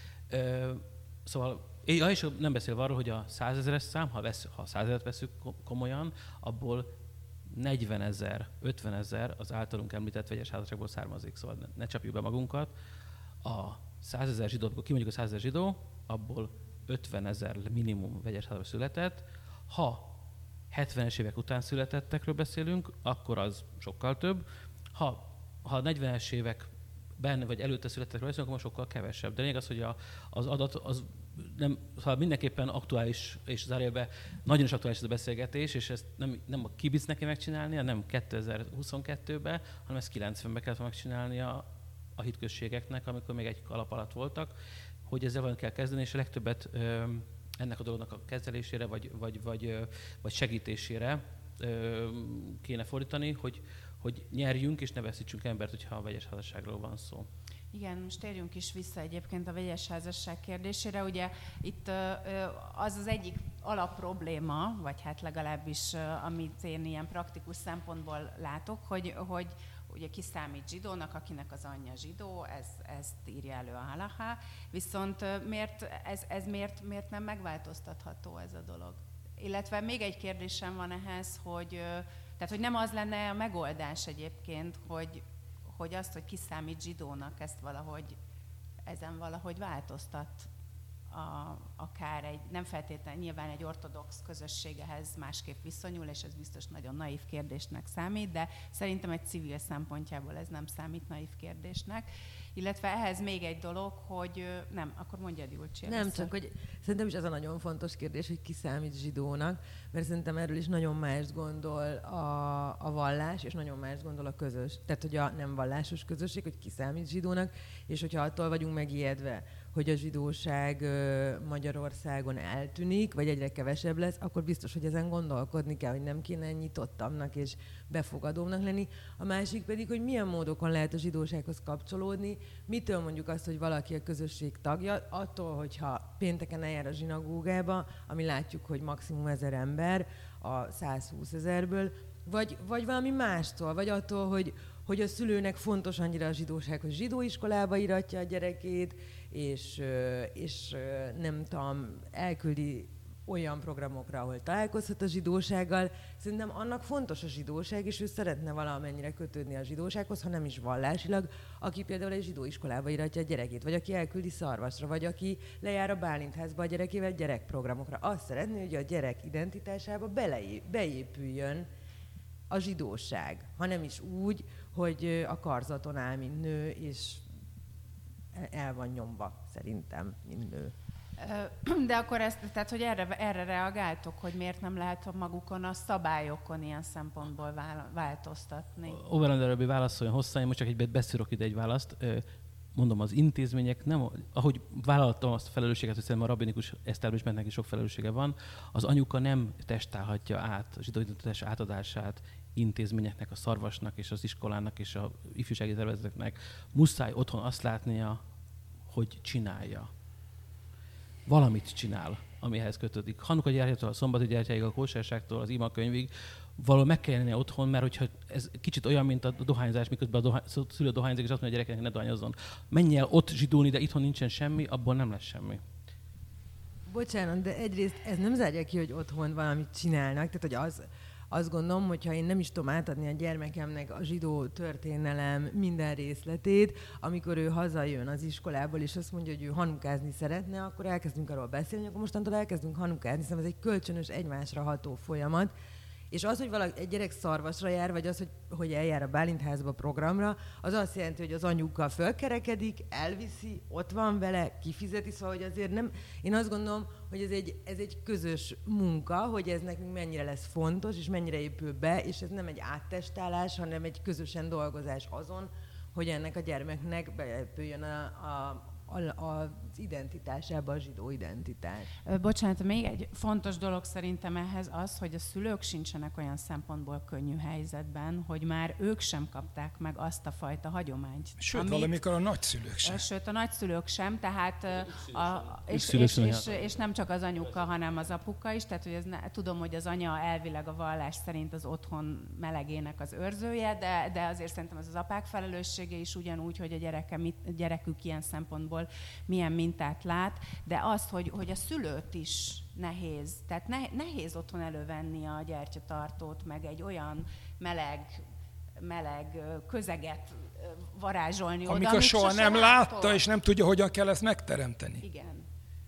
Szóval, ja, és nem beszélve arról, hogy a százezeres szám, ha, vesz, ha százezret veszük komolyan, abból negyvenezer, ötvenezer az általunk említett vegyes házasságból származik. Szóval ne, ne csapjuk be magunkat. A százezer zsidó, amikor kimondjuk a százezer zsidó, abból ötvenezer minimum vegyes házasságból született. Ha hetvenes évek után születettekről beszélünk, akkor az sokkal több. Ha, ha a negyvenes években vagy előtte születettekről beszélünk, akkor sokkal kevesebb. De lényeg az, hogy a, az adat az nem, szóval mindenképpen aktuális, és zárójelben nagyon is aktuális ez a beszélgetés, és ezt nem, nem a kibic neki megcsinálnia, nem kétezer-huszonkettőben, hanem ezt kilencvenben kellett megcsinálnia a hitközségeknek, amikor még egy kalap alatt voltak, hogy ezzel valamit kell kezdeni, és a legtöbbet ö, ennek a dolognak a kezelésére, vagy, vagy, vagy, ö, vagy segítésére ö, kéne fordítani, hogy, hogy nyerjünk és ne veszítsünk embert, hogyha a vegyes házasságról van szó. Igen, most térjünk is vissza egyébként a vegyes házasság kérdésére. Ugye itt az az egyik alapprobléma, vagy hát legalábbis amit én ilyen praktikus szempontból látok, hogy, hogy ugye ki számít zsidónak, akinek az anyja zsidó, ez, ezt írja elő a halaká, viszont miért, ez, ez miért, miért nem megváltoztatható ez a dolog? Illetve még egy kérdésem van ehhez, hogy, tehát, hogy nem az lenne a megoldás egyébként, hogy, hogy azt, hogy ki számít zsidónak, ezt valahogy, ezen valahogy változtat a, akár egy, nem feltétlenül nyilván egy ortodox közösségehez másképp viszonyul, és ez biztos nagyon naív kérdésnek számít, de szerintem egy civil szempontjából ez nem számít naív kérdésnek. Illetve ehhez még egy dolog, hogy nem, akkor mondjad, Julcsi. Nem, csak hogy szerintem is ez a nagyon fontos kérdés, hogy ki számít zsidónak, mert szerintem erről is nagyon más gondol a, a vallás, és nagyon más gondol a közös, tehát hogy a nem vallásos közösség, hogy ki számít zsidónak, és hogyha attól vagyunk megijedve, hogy a zsidóság Magyarországon eltűnik, vagy egyre kevesebb lesz, akkor biztos, hogy ezen gondolkodni kell, hogy nem kéne nyitottabbnak és befogadóbbnak lenni. A másik pedig, hogy milyen módokon lehet a zsidósághoz kapcsolódni, mitől mondjuk azt, hogy valaki a közösség tagja, attól, hogyha pénteken eljár eljár a zsinagógába, ami látjuk, hogy maximum ezer ember a százhúsz ezerből, vagy, vagy valami mástól, vagy attól, hogy, hogy a szülőnek fontos annyira a zsidóság, hogy zsidóiskolába iratja a gyerekét, és, és nem tudom, elküldi olyan programokra, ahol találkozhat a zsidósággal. Szerintem annak fontos a zsidóság, és ő szeretne valamennyire kötődni a zsidósághoz, ha nem is vallásilag, aki például egy zsidóiskolába iratja a gyerekét, vagy aki elküldi Szarvasra, vagy aki lejár a Bálintházba a gyerekével gyerekprogramokra. Azt szeretné, hogy a gyerek identitásába beleé, beépüljön a zsidóság, ha nem is úgy, hogy a karzaton áll, mint nő, és el van nyomva, szerintem, mint nő. De akkor ezt, tehát, hogy erre, erre reagáltok, hogy miért nem lehet magukon a szabályokon ilyen szempontból változtatni? Overland válaszoljon hozzá, én most csak egy beszűrök ide egy választ. Mondom, az intézmények, nem, ahogy vállaltam azt a felelősséget, hogy szerintem a rabbinikus establishmentnek is sok felelőssége van, az anyuka nem testálhatja át a zsidó identitás átadását intézményeknek, a Szarvasnak és az iskolának és a ifjúsági szervezeteknek. Muszáj otthon azt látnia, hogy csinálja. Valamit csinál, amihez kötődik. Hanuka gyertyától, a szombati gyertyáig, a kóserságtól, az imakönyvig valahol meg kell jelennie otthon, mert hogyha ez kicsit olyan, mint a dohányzás, miközben a dohány, szülő dohányzik, és azt mondja a gyereknek, ne dohányozzon. Menj el ott zsidulni, de itthon nincsen semmi, abból nem lesz semmi. Bocsánat, de egyrészt ez nem zárja ki, hogy otthon valamit csinálnak. Tehát, hogy az, azt gondolom, hogyha én nem is tudom átadni a gyermekemnek a zsidó történelem minden részletét, amikor ő hazajön az iskolából, és azt mondja, hogy ő hanukázni szeretne, akkor elkezdünk arról beszélni, akkor mostantól elkezdünk hanukázni, hiszen ez egy kölcsönös, egymásra ható folyamat. És az, hogy valaki, egy gyerek Szarvasra jár, vagy az, hogy, hogy eljár a Bálintházba programra, az azt jelenti, hogy az anyuka fölkerekedik, elviszi, ott van vele, kifizeti, szóval hogy azért nem... Én azt gondolom, hogy ez egy, ez egy közös munka, hogy ez nekünk mennyire lesz fontos, és mennyire épül be, és ez nem egy áttestálás, hanem egy közösen dolgozás azon, hogy ennek a gyermeknek beépüljön a, a az identitásába a zsidó identitás. Bocsánat, még egy fontos dolog szerintem ehhez az, hogy a szülők sincsenek olyan szempontból könnyű helyzetben, hogy már ők sem kapták meg azt a fajta hagyományt. Sőt, amit, valamikor a nagyszülők sem. Sőt, a nagyszülők sem, tehát a, és, és, és, és, és nem csak az anyuka, hanem az apuka is, tehát hogy ez ne, tudom, hogy az anya elvileg a vallás szerint az otthon melegének az őrzője, de, de azért szerintem ez az apák felelőssége is ugyanúgy, hogy a gyereke, mit, gyerekük ilyen szempontból milyen mintát lát, de az, hogy, hogy a szülőt is nehéz, tehát ne, nehéz otthon elővenni a gyertyatartót, meg egy olyan meleg, meleg közeget varázsolni oda, amikor soha nem látta, látta, és nem tudja, hogyan kell ezt megteremteni. Igen.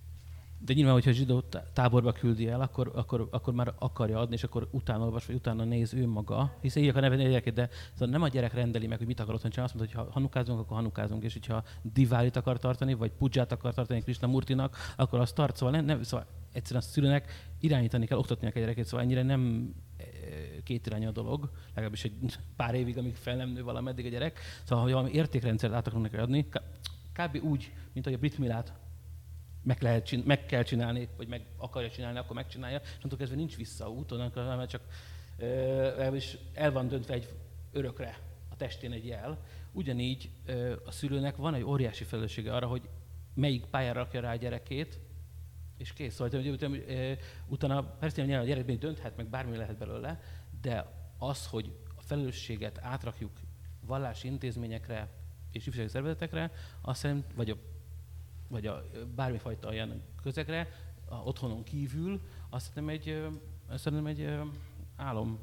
De nyilván, hogyha zsidó táborba küldi el, akkor, akkor, akkor már akarja adni, és akkor utána olvas, vagy utána néz ő maga, hiszen így akar nevelni a gyereket, de szóval nem a gyerek rendeli meg, hogy mit akar otthon csinálni, azt mondta, hogy ha hanukázunk, akkor hanukázunk, és hogyha diválit akar tartani, vagy pudzsát akar tartani Krishnamurtinak, akkor azt tart. Szóval, nem, nem, szóval egyszerűen a szülőnek irányítani kell, oktatni kell a gyereket, szóval ennyire nem két irányú a dolog, legalábbis egy pár évig, amíg fel nem nő valameddig a gyerek. Szóval, ha valami értékrendszert át akarunk neki adni, kb. Úgy, mint hogy a Brit Milát meg, lehet, meg kell csinálni, vagy meg akarja csinálni, akkor megcsinálja, és attól kezdve nincs visszaút, mert csak ö, is el van döntve egy örökre a testén egy jel. Ugyanígy ö, a szülőnek van egy óriási felelőssége arra, hogy melyik pályára rakja rá a gyerekét, és kész. Szóval utána, utána persze nyilván a gyerek még dönthet, meg bármi lehet belőle, de az, hogy a felelősséget átrakjuk vallási intézményekre és ifjúsági szervezetekre, azt szerint, vagy a vagy a bármifajta olyan közegre, a otthonon kívül, azt szerintem egy, azt szerintem egy álom.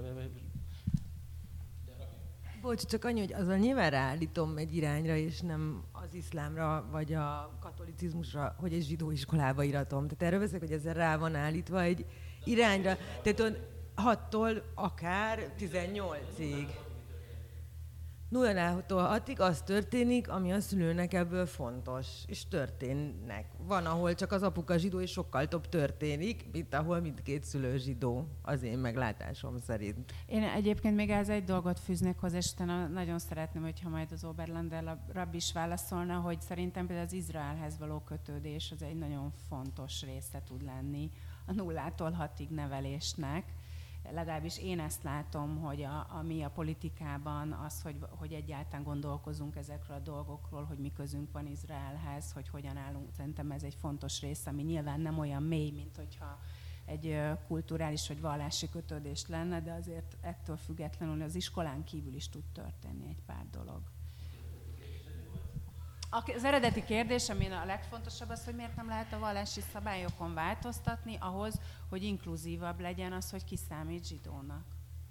Bocs, csak annyi, hogy azzal nyilván ráállítom egy irányra, és nem az iszlámra, vagy a katolicizmusra, hogy egy zsidó iskolába iratom. Tehát erről veszek, hogy ezzel rá van állítva egy irányra. Tehát hattól akár tizennyolcig. nullától hatig az történik, ami a szülőnek ebből fontos, és történnek. Van, ahol csak az apuka zsidó, és sokkal több történik, mint ahol mindkét szülő zsidó, az én meglátásom szerint. Én egyébként még ez egy dolgot fűznék hozzá, és utána nagyon szeretném, hogyha majd az Oberlander rabbi is válaszolna, hogy szerintem például az Izraelhez való kötődés az egy nagyon fontos része tud lenni a nullától hatig nevelésnek, legalábbis én ezt látom, hogy a, ami a politikában az, hogy, hogy egyáltalán gondolkozunk ezekről a dolgokról, hogy mi közünk van Izraelhez, hogy hogyan állunk. Szerintem ez egy fontos rész, ami nyilván nem olyan mély, mint hogyha egy kulturális vagy vallási kötődés lenne, de azért ettől függetlenül az iskolán kívül is tud történni egy pár dolog. Az eredeti kérdés, ami a legfontosabb az, hogy miért nem lehet a vallási szabályokon változtatni ahhoz, hogy inkluzívabb legyen az, hogy ki számít zsidónak.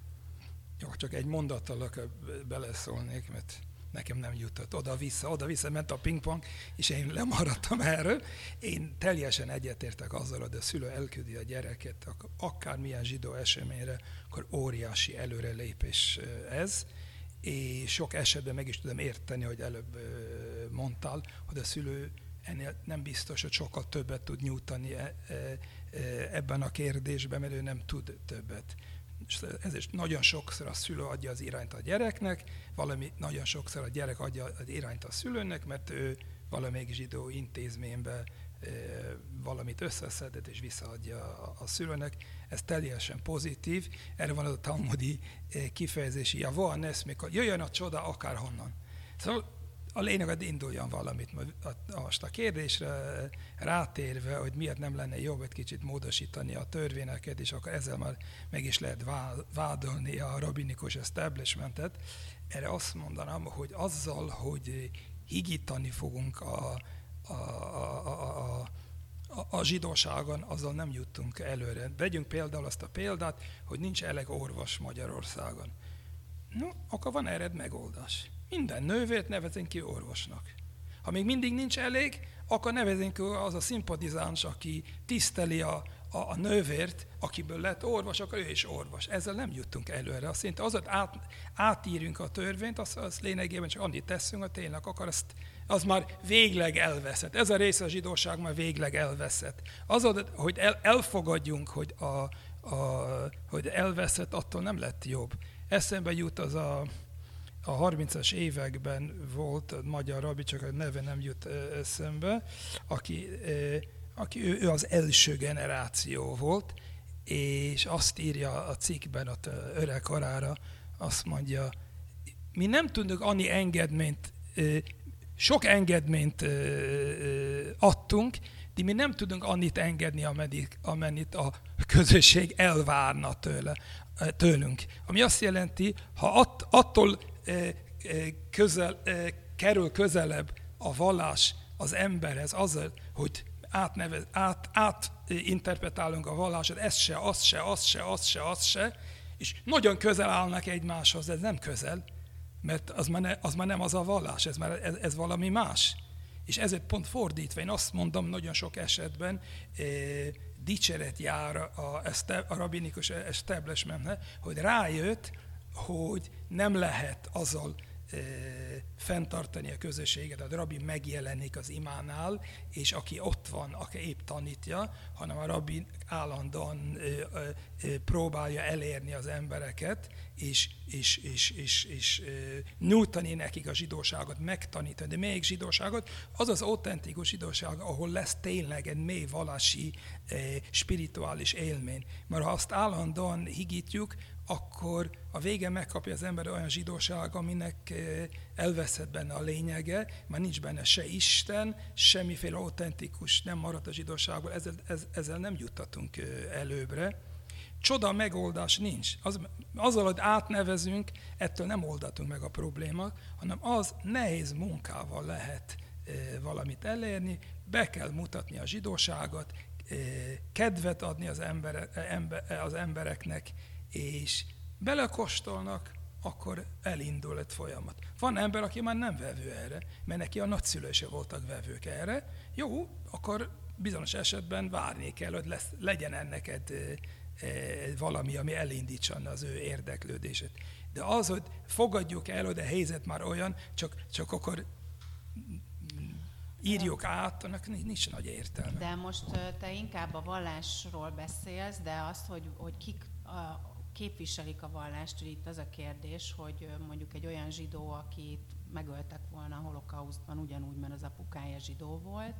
Jó, csak egy mondattal beleszólnék, mert nekem nem jutott oda-vissza, oda-vissza ment a pingpong, és én lemaradtam erről. Én teljesen egyetértek azzal, hogy a szülő elküldi a gyereket, akármilyen zsidó eseményre, akkor óriási előrelépés ez. És sok esetben meg is tudom érteni, hogy előbb mondtál, hogy a szülő ennél nem biztos, hogy sokkal többet tud nyújtani ebben a kérdésben, mert ő nem tud többet. Ezért nagyon sokszor a szülő adja az irányt a gyereknek, valami nagyon sokszor a gyerek adja az irányt a szülőnek, mert ő valamelyik zsidó intézményben valamit összeszedett és visszaadja a szülőnek. Ez teljesen pozitív. Erre van az a talmudi kifejezési java, mikor jöjjön a csoda akárhonnan. Szóval a lényeg, hogy induljon valamit. Most a kérdésre rátérve, hogy miért nem lenne jobb egy kicsit módosítani a törvényeket, és akkor ezzel már meg is lehet vádolni a rabbinikus establishmentet. Erre azt mondanám, hogy azzal, hogy higítani fogunk a A, a, a, a, a zsidóságon, azzal nem jutunk előre. Vegyünk például azt a példát, hogy nincs elég orvos Magyarországon. No, akkor van erre megoldás. Minden nővért nevezünk ki orvosnak. Ha még mindig nincs elég, akkor nevezünk ki az a szimpatizáns, aki tiszteli a, a, a nővért, akiből lett orvos, akkor ő is orvos. Ezzel nem jutunk előre. Azt szerint az, hogy át, átírjunk a törvényt, az, az lényegében csak annyit teszünk, hogy tényleg akar azt, az már végleg elveszett. Ez a része a zsidóság már végleg elveszett. Az, hogy el, elfogadjunk, hogy, a, a, hogy elveszett, attól nem lett jobb. Eszembe jut az a, a harmincas években volt a magyar rabbi, csak a neve nem jut eszembe, aki, aki ő, ő az első generáció volt, és azt írja a cikkben, ott öreg korára, azt mondja, mi nem tudunk annyi engedményt, sok engedményt adtunk, de mi nem tudunk annyit engedni, amennyit a közösség elvárna tőle, tőlünk. Ami azt jelenti, ha att, attól közel, kerül közelebb a vallás az emberhez, azzal, hogy átnevez, át, átinterpretálunk a vallásot, ez se, az se, az se, az se, az se, és nagyon közel állnak egymáshoz, ez nem közel, mert az már, ne, az már nem az a vallás, ez, már, ez, ez valami más. És ezért pont fordítva, én azt mondom nagyon sok esetben, eh, dicséret jár a, a rabbinikus establishmentnek, hogy rájött, hogy nem lehet azzal e, fenntartani a közösséget, a rabbi megjelenik az imánál, és aki ott van, aki épp tanítja, hanem a rabbi állandóan e, e, próbálja elérni az embereket, és, és, és, és, és e, nyújtani nekik a zsidóságot, megtanítani. De melyik zsidóságot? Az az autentikus zsidóság, ahol lesz tényleg egy mély vallási, e, spirituális élmény. Mert ha azt állandóan higítjuk, akkor a végén megkapja az ember olyan zsidóság, aminek elveszett benne a lényege, már nincs benne se Isten, semmiféle autentikus nem maradt a zsidóságból, ezzel, ezzel nem juttatunk előbbre. Csoda megoldás nincs. Az, azzal, hogy átnevezünk, ettől nem oldatunk meg a problémát, hanem az nehéz munkával lehet valamit elérni, be kell mutatni a zsidóságot, kedvet adni az, embere, az embereknek, és belekóstolnak, akkor elindul egy folyamat. Van ember, aki már nem vevő erre, mert neki a nagyszülői se voltak vevők erre. Jó, akkor bizonyos esetben várni kell, hogy lesz, legyen ennek egy, egy valami, ami elindítsa az ő érdeklődését. De az, hogy fogadjuk el, hogy a helyzet már olyan, csak, csak akkor írjuk át, annak nincs nagy értelme. De most te inkább a vallásról beszélsz, de azt, hogy, hogy kik a képviselik a vallást, hogy itt az a kérdés, hogy mondjuk egy olyan zsidó, akit megöltek volna a holokausztban ugyanúgy, mert az apukája zsidó volt,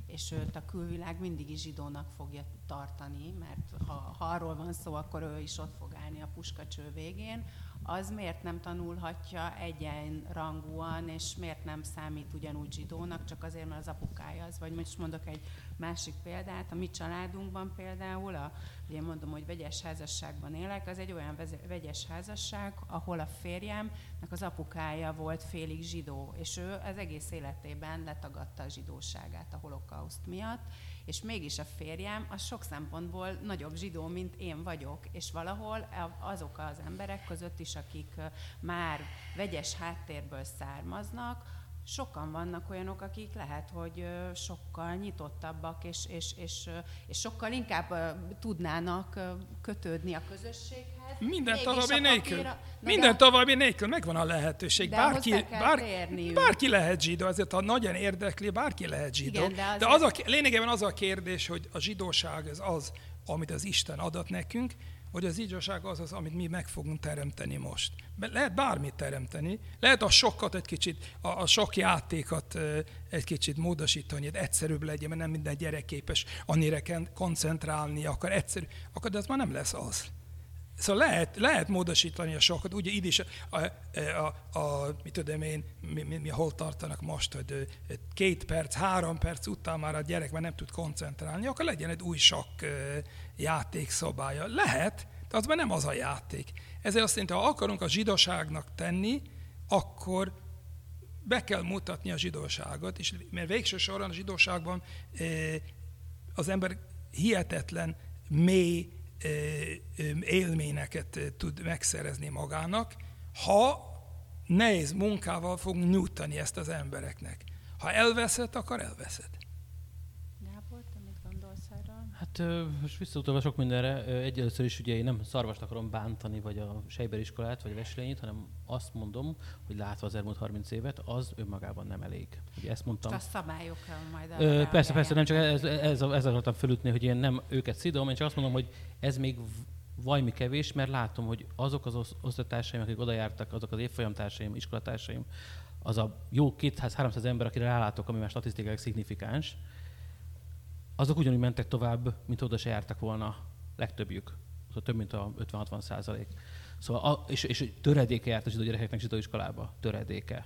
és őt a külvilág mindig is zsidónak fogja tartani, mert ha, ha arról van szó, akkor ő is ott fog állni a puskacső végén, az miért nem tanulhatja egyenrangúan, és miért nem számít ugyanúgy zsidónak, csak azért, mert az apukája az. Vagy most mondok egy másik példát, a mi családunkban például, a, ugye mondom, hogy vegyes házasságban élek, az egy olyan vegyes házasság, ahol a férjemnek az apukája volt félig zsidó, és ő az egész életében letagadta a zsidóságát a holokauszt miatt, és mégis a férjem az sok szempontból nagyobb zsidó, mint én vagyok, és valahol azok az emberek között is, akik már vegyes háttérből származnak, sokan vannak olyanok, akik lehet, hogy sokkal nyitottabbak, és, és, és, és sokkal inkább tudnának kötődni a közösséghez. Minden további nélkül. Minden további nélkül megvan a lehetőség. Bárki, bár, bárki lehet zsidó, ezért ha nagyon érdekli, bárki lehet zsidó. Igen, de, azért... de az a, lényegében az a kérdés, hogy a zsidóság az az, amit az Isten adott nekünk, hogy az zsidóság az az, amit mi meg fogunk teremteni most. Lehet bármit teremteni, lehet a sokat egy kicsit, a, a sok játékot egy kicsit módosítani, hogy egyszerűbb legyen, mert nem minden gyerek képes annyira koncentrálni, akkor egyszerű, akkor de az már nem lesz az. Szóval lehet, lehet módosítani a sokat, ugye így is, a, a, a, a, mit tudom én, mi, mi, mi hol tartanak most, hogy két perc, három perc után már a gyerek már nem tud koncentrálni, akkor legyen egy új sok játékszobája. Lehet, de az már nem az a játék. Ezért azt jelenti, ha akarunk a zsidóságnak tenni, akkor be kell mutatni a zsidóságot, és mert végső soron a zsidóságban az ember hihetetlen mély élményeket tud megszerezni magának, ha nehéz munkával fog nyújtani ezt az embereknek. Ha elveszed, akkor elveszed. Gábor, te mit gondolsz erről? Hát most visszautalva sok mindenre, egyelőször is ugye én nem szarvast akarom bántani, vagy a Seiber iskolát, vagy a Veslényit, hanem azt mondom, hogy látva az elmúlt harminc évet, az önmagában nem elég. Ugye ezt mondtam. Most a szabályokra majd Ö, Persze, persze, nem csak ez, ez, ez akartam felütni, hogy én nem őket szidom, én csak azt mondom, hogy ez még vajmi kevés, mert látom, hogy azok az osztálytársaim, akik oda jártak, azok az évfolyamtársaim, iskolatársaim, az a jó kétszáz-háromszáz ember, akire rálátok, ami már statisztikailag szignifikáns, azok ugyanúgy mentek tovább, mint oda se jártak volna legtöbbjük. Szóval több mint a ötven-hatvan százalék. Szóval a, és, és töredéke járt a zsidó gyerekeknek zsidóiskolába. Töredéke.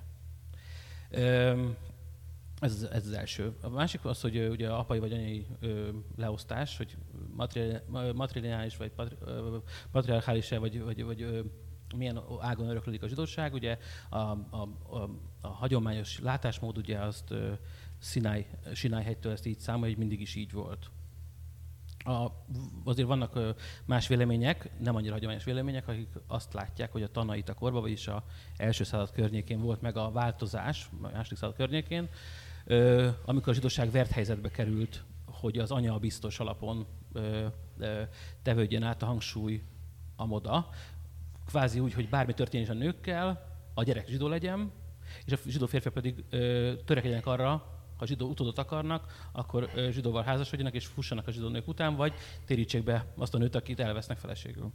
Üm, ez, ez az első. A másik az, hogy ugye apai vagy anyai ö, leosztás, hogy matrilinális vagy patriarchális vagy, vagy, vagy ö, milyen ágon öröklődik a zsidóság. Ugye a, a, a, a hagyományos látásmód ugye azt ö, Sinai, Sinai hegytől ezt így számolja, hogy mindig is így volt. A, azért vannak ö, más vélemények, nem annyira hagyományos vélemények, akik azt látják, hogy a Tanaita korban, vagyis a első század környékén volt meg a változás, a második század környékén, ö, amikor a zsidóság vert helyzetbe került, hogy az anya biztos alapon ö, ö, tevődjen át a hangsúly a moda, kvázi úgy, hogy bármi történés a nőkkel, a gyerek zsidó legyen, és a zsidó férfiak pedig ö, törekedjenek arra, ha zsidó utódot akarnak, akkor ö, zsidóval házasodjanak és fussanak a zsidó nők után, vagy térítsék be azt a nőt, akit elvesznek feleségül.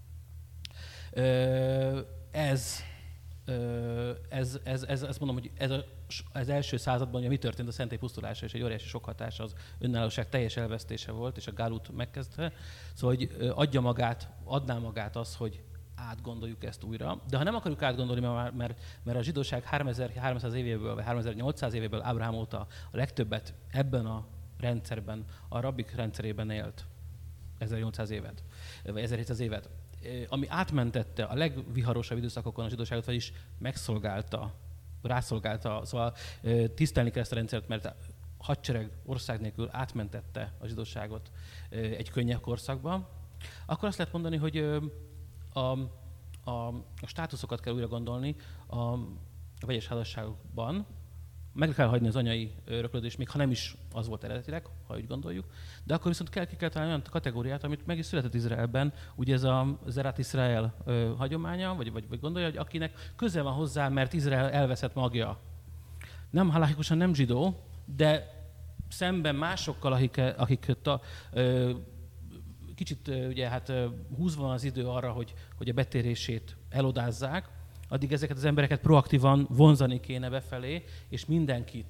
Ö, ez, ö, ez, ez, ez, ezt mondom, hogy ez az első században ugye mi történt, a szentély pusztulása és egy óriási sok hatása az önállóság teljes elvesztése volt, és a gálut megkezdte. Szóval, hogy adja magát, adná magát az, hogy átgondoljuk ezt újra. De ha nem akarjuk átgondolni, mert, mert, mert a zsidóság háromezer-háromszáz évéből, vagy háromezer-nyolcszáz évéből Ábrahám óta a legtöbbet ebben a rendszerben, a rabbik rendszerében élt ezernyolcszáz évet, vagy ezerhétszáz évet, ami átmentette a legviharosabb időszakokon a zsidóságot, vagyis megszolgálta, rászolgálta, szóval tisztelni kell ezt a rendszert, mert hadsereg ország nélkül átmentette a zsidóságot egy könnyebb korszakba, akkor azt lehet mondani, hogy A, a, a státuszokat kell újra gondolni a, a vegyes házasságokban. Meg kell hagyni az anyai öröklődést, még ha nem is az volt eredetileg, ha úgy gondoljuk. De akkor viszont kell, ki kell találni olyan kategóriát, amit meg is született Izraelben. Ugye ez a Zerat Israel ö, hagyománya, vagy, vagy, vagy gondolja, hogy akinek közel van hozzá, mert Izrael elveszett magja. Nem halachikusan nem zsidó, de szemben másokkal, akik, akik ta, ö, kicsit ugye, hát, húzva van az idő arra, hogy, hogy a betérését elodázzák, addig ezeket az embereket proaktívan vonzani kéne befelé, és mindenkit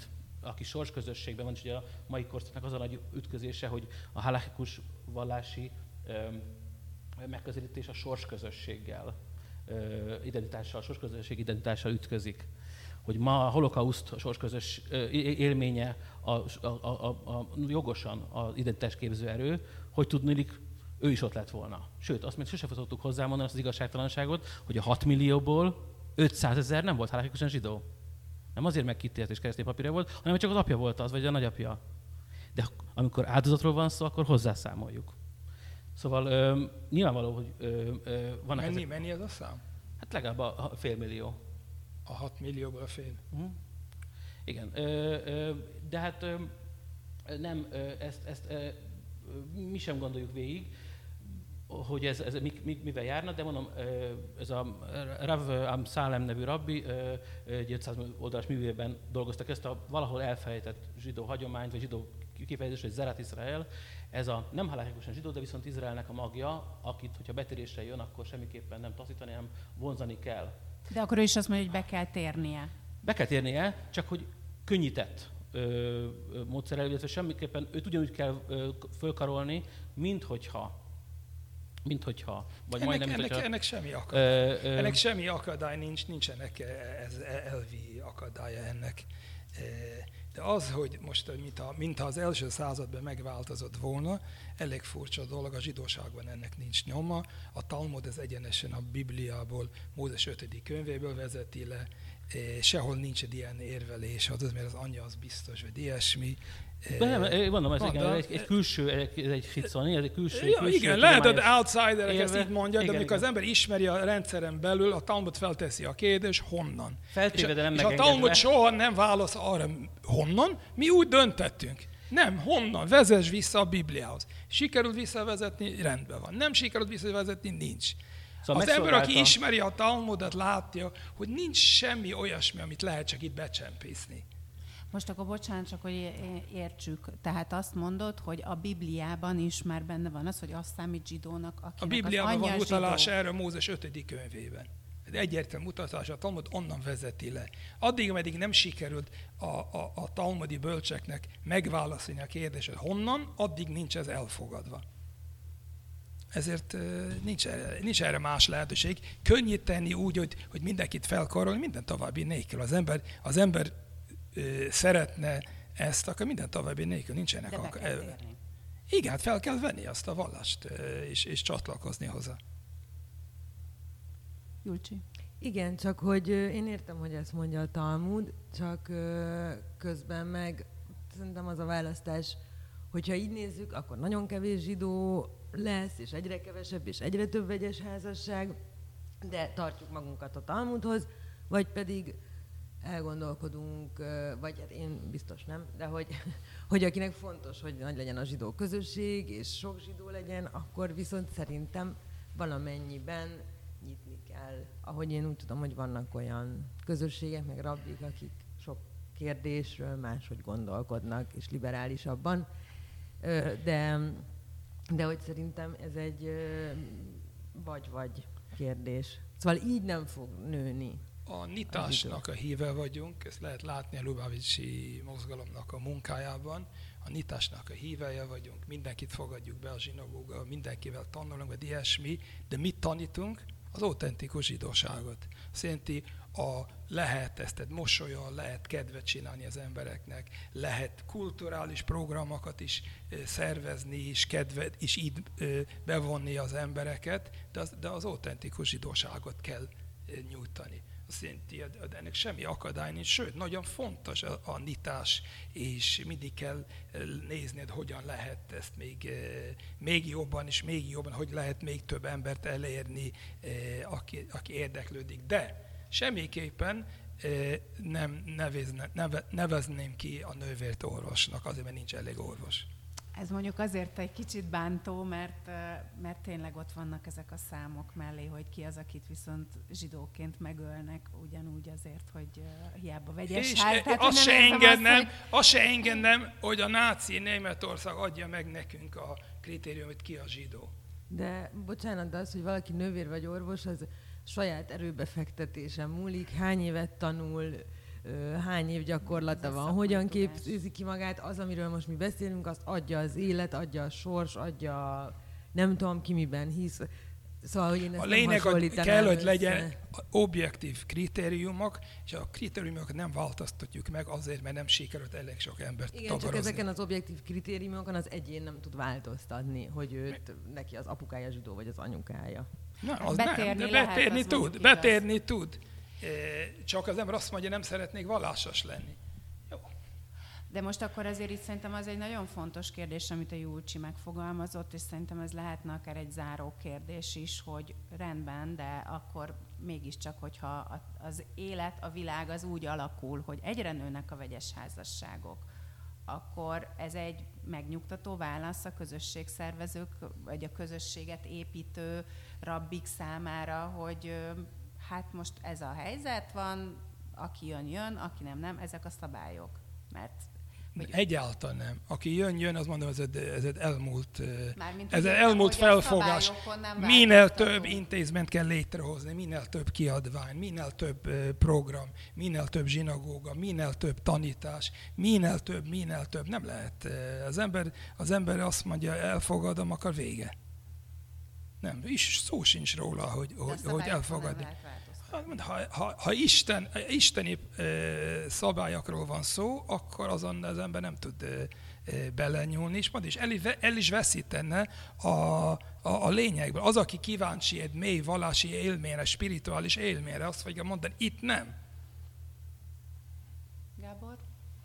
aki sorsközösségben van, és ugye a mai korszaknak az a nagy ütközése, hogy a halachikus vallási öm, megközelítés a sorsközösséggel, ö, identitással, a sorsközösség identitással ütközik. Hogy ma a holokauszt a sorsközös ö, élménye a, a, a, a, a jogosan az identitásképző erő, hogy tudnélik, ő is ott lett volna. Sőt, azt még sose tudtuk hozzámondani, azt az igazságtalanságot, hogy a hat millióból ötszázezer nem volt halálikusan zsidó. Nem azért meg kitért és keresztény papírja volt, hanem csak az apja volt az, vagy a nagyapja. De amikor áldozatról van szó, akkor hozzászámoljuk. Szóval ö, nyilvánvaló, hogy ö, ö, vannak Mennyi, ezek... mennyi ez a szám? Hát legalább a, a fél millió. A hat millióból a fél. Uh-huh. Igen. Ö, ö, de hát ö, nem, ö, ezt, ezt ö, mi sem gondoljuk végig, hogy ez, ez mi, mivel járna, de mondom, ez a Rav Amszálem nevű rabbi egy ötszáz oldalas művében dolgoztak ezt a valahol elfelejtett zsidó hagyományt, vagy zsidó kifejezés, hogy Zerat Izrael. Ez a nem halálikusan zsidó, de viszont Izraelnek a magja, akit, hogyha betérésre jön, akkor semmiképpen nem taszítani, hanem vonzani kell. De akkor ő is azt mondja, hogy be kell térnie. Be kell térnie, csak hogy könnyített ö, ö, módszerrel, illetve semmiképpen őt ugyanúgy kell ö, fölkarolni, mint hogyha mint hogyha, vagy ennek, majdnem, ennek, mint hogyha... Ennek semmi akadály. Ö, ö, ennek semmi akadály nincs, nincsenek ez elvi akadálya ennek. De az, hogy most, mint, a, mint az első században megváltozott volna, elég furcsa dolog, a zsidóságban ennek nincs nyoma. A Talmud ez egyenesen a Bibliából, Mózes ötödik könyvéből vezeti le, sehol nincs egy ilyen érvelés, az, mert az anyja az biztos, vagy ilyesmi. De nem, mondom, ez Van, igen, de, egy, egy külső, egy, egy hitszani, ez egy külső, ja, külső igen, lehet, hogy outsiderek érve, ezt így mondják, de igen, amikor igen. az ember ismeri a rendszeren belül, a Talmud felteszi a kérdést, honnan. Feltéve, és de nem és a megengedve. Talmud soha nem válasz arra, honnan, mi úgy döntettünk. Nem, honnan, vezess vissza a Bibliához. Sikerült visszavezetni, rendben van. Nem sikerült visszavezetni, nincs. Szóval az ember, aki ismeri a Talmudot, látja, hogy nincs semmi olyasmi, amit lehet csak itt becsempészni. Most akkor bocsánat, csak hogy értsük. Tehát azt mondod, hogy a Bibliában is már benne van az, hogy azt számít zsidónak, akinek a Bibliában az anyja van utalás zsidó. erre Mózes ötödik könyvében. Egyértelmű utalás, a Talmud onnan vezeti le. Addig, ameddig nem sikerült a, a, a talmudi bölcseknek megválaszolni a kérdést, hogy honnan, addig nincs ez elfogadva. Ezért nincs erre, nincs erre más lehetőség. Könnyíteni úgy, hogy, hogy mindenkit felkarolni, minden további nélkül. Az ember, az ember ö, szeretne ezt, akkor minden további nélkül nincsenek. De be akar, kell térni. Igen, hát fel kell venni azt a vallást, és, és csatlakozni hozzá. Julcsi. Igen, csak hogy én értem, hogy ezt mondja a Talmud, csak közben meg szerintem az a választás, hogyha így nézzük, akkor nagyon kevés zsidó lesz, és egyre kevesebb, és egyre több vegyes házasság, de tartjuk magunkat a Talmudhoz, vagy pedig elgondolkodunk, vagy hát én biztos nem, de hogy, hogy akinek fontos, hogy nagy legyen a zsidó közösség, és sok zsidó legyen, akkor viszont szerintem valamennyiben nyitni kell. Ahogy én úgy tudom, hogy vannak olyan közösségek, meg rabbik, akik sok kérdésről máshogy gondolkodnak, és liberálisabban, de, de hogy szerintem ez egy vagy-vagy kérdés. Szóval így nem fog nőni. A nyitásnak a híve vagyunk, ezt lehet látni a Lubavicsi mozgalomnak a munkájában. A nyitásnak a híveje vagyunk, mindenkit fogadjuk be a zsinagóga, mindenkivel tanulunk, vagy ilyesmi, de mit tanítunk? Az autentikus zsidóságot. Szerinti a lehet ezt egy mosolyon, lehet kedvet csinálni az embereknek, lehet kulturális programokat is szervezni, és kedvet is így bevonni az embereket, de az, de az autentikus zsidóságot kell nyújtani. Azt jelenti, hogy ennek semmi akadály nincs, sőt, nagyon fontos a, a nyitás, és mindig kell nézni, hogy hogyan lehet ezt még, még jobban, és még jobban, hogy lehet még több embert elérni, aki, aki érdeklődik. De semmiképpen nem nevezne, neve, nevezném ki a nővért orvosnak, azért, mert nincs elég orvos. Ez mondjuk azért egy kicsit bántó, mert, mert tényleg ott vannak ezek a számok mellé, hogy ki az, akit viszont zsidóként megölnek, ugyanúgy azért, hogy hiába vegyes és ház. Tehát, azt, se azt, engednem, hogy... azt se engednem, hogy a náci Németország adja meg nekünk a kritériumot, ki a zsidó. De bocsánat, de az, hogy valaki nővér vagy orvos, az saját erőbefektetésen múlik, hány évet tanul, hány év gyakorlata van, hogyan képzi ki magát, az, amiről most mi beszélünk, azt adja az élet, adja a sors, adja nem tudom ki miben hisz. Szóval, hogy én ezt a lényeg, hogy kell, hogy legyen objektív kritériumok, és a kritériumokat nem változtatjuk meg azért, mert nem sikerült elég sok embert igen, toborozni. csak ezeken az objektív kritériumokon az egyén nem tud változtatni, hogy őt, neki az apukája zsidó, vagy az anyukája. Na, az betérni nem, de lehet, betérni az tud, betérni tud. Csak az ember azt mondja, nem szeretnék vallásos lenni. Jó. De most akkor azért itt szerintem az egy nagyon fontos kérdés, amit a Julcsi megfogalmazott, és szerintem ez lehetne akár egy záró kérdés is, hogy rendben, de akkor mégiscsak, hogyha az élet, a világ az úgy alakul, hogy egyre nőnek a vegyes házasságok, akkor ez egy megnyugtató válasz a közösségszervezők, vagy a közösséget építő rabbik számára, hogy hát most ez a helyzet van, aki jön, jön, aki nem, nem, ezek a szabályok. Mert hogy egyáltalán nem. Aki jön, jön, az mondom, ez egy, ez egy elmúlt, Mármint ez egy elmúlt felfogás. Minél több intézményt kell létrehozni, minél több kiadvány, minél több program, minél több zsinagóga, minél több tanítás, minél több, minél több. Nem lehet. Az ember, az ember azt mondja, elfogadom, akkor vége. Nem, is szó sincs róla, hogy, hogy, hogy elfogadni. Ha, ha, ha Isten, isteni e, szabályokról van szó, akkor azon az ember nem tud e, e, belenyúlni, és majd is el, el is veszítene a, a, a lényegből. Az, aki kíváncsi egy mély vallási élményre, spirituális élményre, azt fogja mondani, itt nem. Gábor?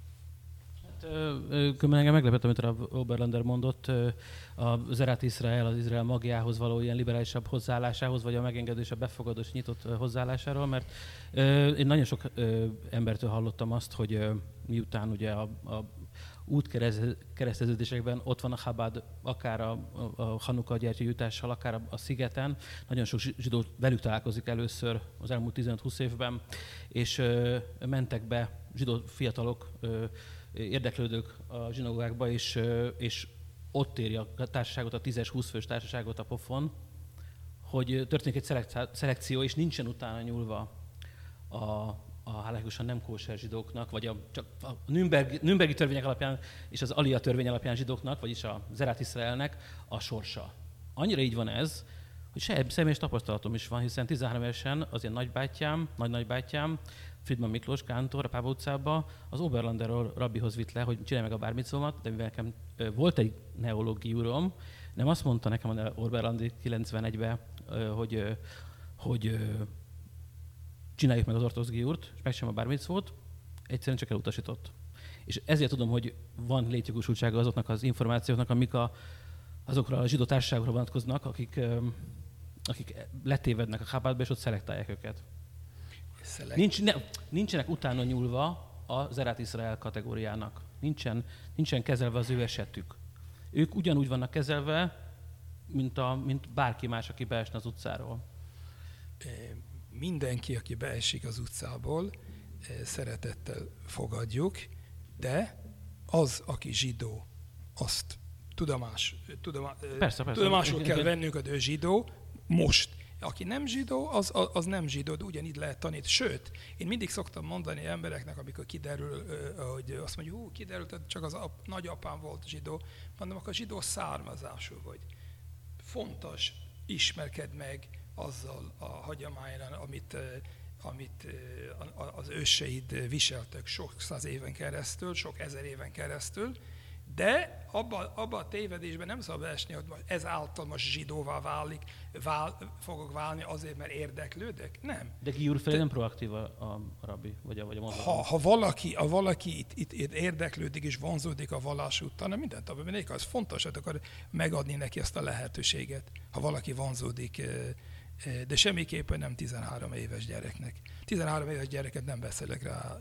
Különben engem meglepett, amit a Oberlander mondott, a Zerat Izrael, az Izrael magjához való ilyen liberálisabb hozzáállásához, vagy a megengedősebb, befogadós, nyitott hozzáállásáról, mert én nagyon sok embertől hallottam azt, hogy miután ugye a, a útkereszteződésekben ott van a Chabad, akár a, a Hanuka gyertyajutással, akár a, a szigeten, nagyon sok zsidó velük találkozik először az elmúlt tizenöt-húsz évben, és mentek be zsidó fiatalok, érdeklődők a zsinagógákba, és, és ott éri a társaságot, a tízes-húsz fős társaságot a pofon, hogy történik egy szelekció, és nincsen utána nyúlva a, a hálálikusan nem kóser zsidóknak, vagy a, csak a Nürnberg, Nürnbergi törvények alapján és az Alia törvény alapján zsidóknak, vagyis a Zerat Izraelnek a sorsa. Annyira így van ez, hogy személyes tapasztalatom is van, hiszen tizenhárom évesen az én nagybátyám, nagy-nagybátyám, Friedman Miklós kántor a Páva utcában az Oberlanderról rabbihoz vitt le, hogy csinálj meg a bármicómat, de mivel nekem volt egy neológiúrom, nem azt mondta nekem a Oberlandi kilencvenegyben, hogy, hogy csináljuk meg az ortodox giúrt, és megcsinálom a bármicót, egyszerűen csak elutasított. És ezért tudom, hogy van létjogosultsága azoknak az információknak, amik a, azokra a zsidó társaságokra vonatkoznak, akik, akik letévednek a Chabadba, és ott szelektálják őket. Nincs, ne, nincsenek utána nyúlva a Zerat Izrael kategóriának. Nincsen, nincsen kezelve az ő esetük. Ők ugyanúgy vannak kezelve, mint, a, mint bárki más, aki beesne az utcáról. Mindenki, aki beesik az utcából, szeretettel fogadjuk, de az, aki zsidó, azt tudomás, tudoma, persze, persze. tudomásul kell vennünk, hogy ő zsidó, most. Aki nem zsidó, az, az nem zsidó, de ugyanígy lehet tanítani. Sőt, én mindig szoktam mondani embereknek, amikor kiderül, hogy azt mondjuk, hú, kiderült, hogy csak az ap, nagyapám volt zsidó, mondom, akkor zsidó származású vagy. Fontos, ismerkedj meg azzal a hagyományon, amit, amit az őseid viseltek sok száz éven keresztül, sok ezer éven keresztül, de abban abba a tévedésben nem szabad esni, hogy ezáltal most zsidóvá válik, vál, fogok válni azért, mert érdeklődök. Nem. De giúr felé nem proaktív a, a rabbi, vagy a, vagy a mozgalom. Ha, ha valaki, a valaki itt, itt, itt érdeklődik és vonzódik a vallás után, mindent abban mindenki, az fontos, hogy akar megadni neki ezt a lehetőséget, ha valaki vonzódik, de semmiképpen nem tizenhárom éves gyereknek. tizenhárom éves gyereket nem beszélek rá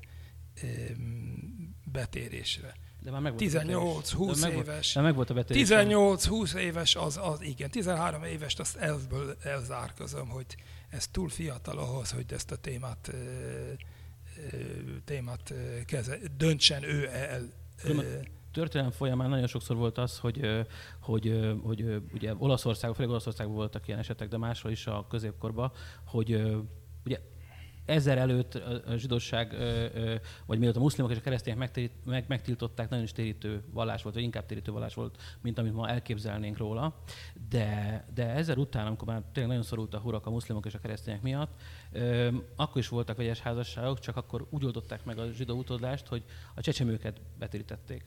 betérésre. De már tizennyolc-húsz éves. De meg volt a betérés. tizennyolc-húsz éves az, az igen. tizenhárom évest azt elfből elzárkozom, hogy ez túl fiatal ahhoz, hogy ezt a témát, témát keze, döntsen ő el. Történelem folyamán nagyon sokszor volt az, hogy, hogy, hogy ugye Olaszországban, főleg Olaszországban voltak ilyen esetek, de máshol is a középkorban, hogy ugye ezer előtt a zsidóság, vagy mielőtt a muszlimok és a keresztények megtérít, meg, megtiltották, nagyon is térítő vallás volt, vagy inkább térítő vallás volt, mint amit ma elképzelnénk róla. De, de ezer után, amikor már tényleg nagyon szorult a hurak a muszlimok és a keresztények miatt, akkor is voltak vegyes házasságok, csak akkor úgy oldották meg a zsidó utódlást, hogy a csecsemőket betérítették.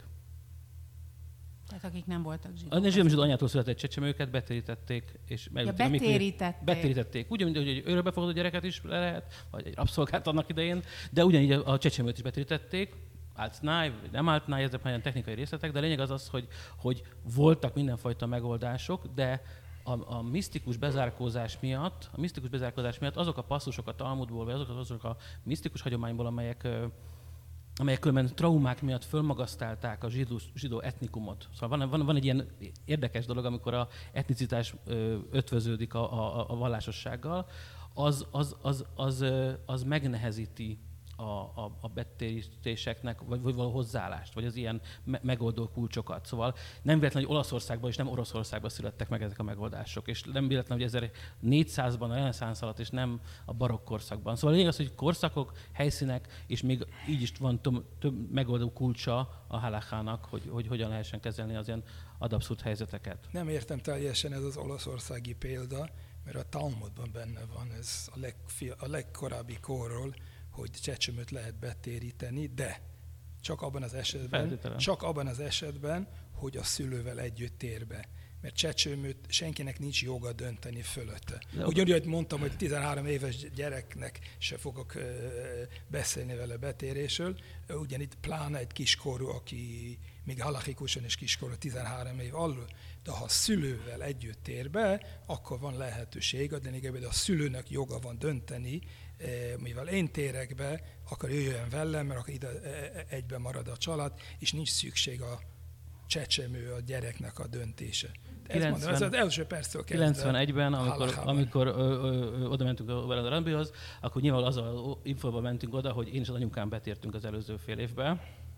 Tehát akik nem voltak zsidók. A nem zsidó anyától született csecsemőket betérítették, és ja, betérítették. betérítették. Ugyanúgy, hogy egy örökbefogadó gyereket is le lehet, vagy egy rabszolgát annak idején, de ugyanígy a csecsemőt is betérítették. Áltnáj, vagy nem áltnáj, ezek már technikai részletek, de a lényeg az az, hogy, hogy voltak mindenfajta megoldások, de a, a misztikus bezárkózás miatt, a misztikus bezárkózás miatt azok a passzusok a Talmudból, vagy azok, azok a misztikus hagyományból, amelyek amelyek különben traumák miatt fölmagasztálták a zsidó, zsidó etnikumot. Szóval van, van, van egy ilyen érdekes dolog, amikor a etnicitás ötvöződik a, a, a vallásossággal, az, az, az, az, az megnehezíti a, a, a betérítéseknek, vagy, vagy való hozzáállást, vagy az ilyen me- megoldó kulcsokat. Szóval nem véletlen, hogy Olaszországban és nem Oroszországban születtek meg ezek a megoldások, és nem véletlen, hogy ezernégyszázban a reneszánsz alatt, és nem a barokk korszakban. Szóval a lényeg az, hogy korszakok, helyszínek, és még így is van több, több megoldó kulcsa a halakhának, hogy, hogy hogyan lehessen kezelni az ilyen ad abszurd helyzeteket. Nem értem teljesen ez az olaszországi példa, mert a Talmudban benne van, ez a, legfia, a legkorábbi korról, hogy csecsemőt lehet betéríteni, de csak abban az esetben, csak abban az esetben, hogy a szülővel együtt tér be. Mert csecsemőt senkinek nincs joga dönteni fölötte. Ugyanúgy, hogy mondtam, hogy tizenhárom éves gyereknek se fogok beszélni vele betérésről, ugyanitt pláne egy kiskorú, aki még halachikusan is kiskorú, tizenhárom év alul, de ha a szülővel együtt tér be, akkor van lehetőség, de még a szülőnek joga van dönteni, mivel én térek be, akkor jöjjön velem, mert akkor ide egyben marad a család, és nincs szükség a csecsemő, a gyereknek a döntése. kilencven, mondom, ez az első perctől kezdve. kilencvenegyben, amikor, amikor ö, ö, oda mentünk a Veled a Rambihoz, akkor nyilván az a infóban mentünk oda, hogy én és az anyukám betértünk az előző fél évben.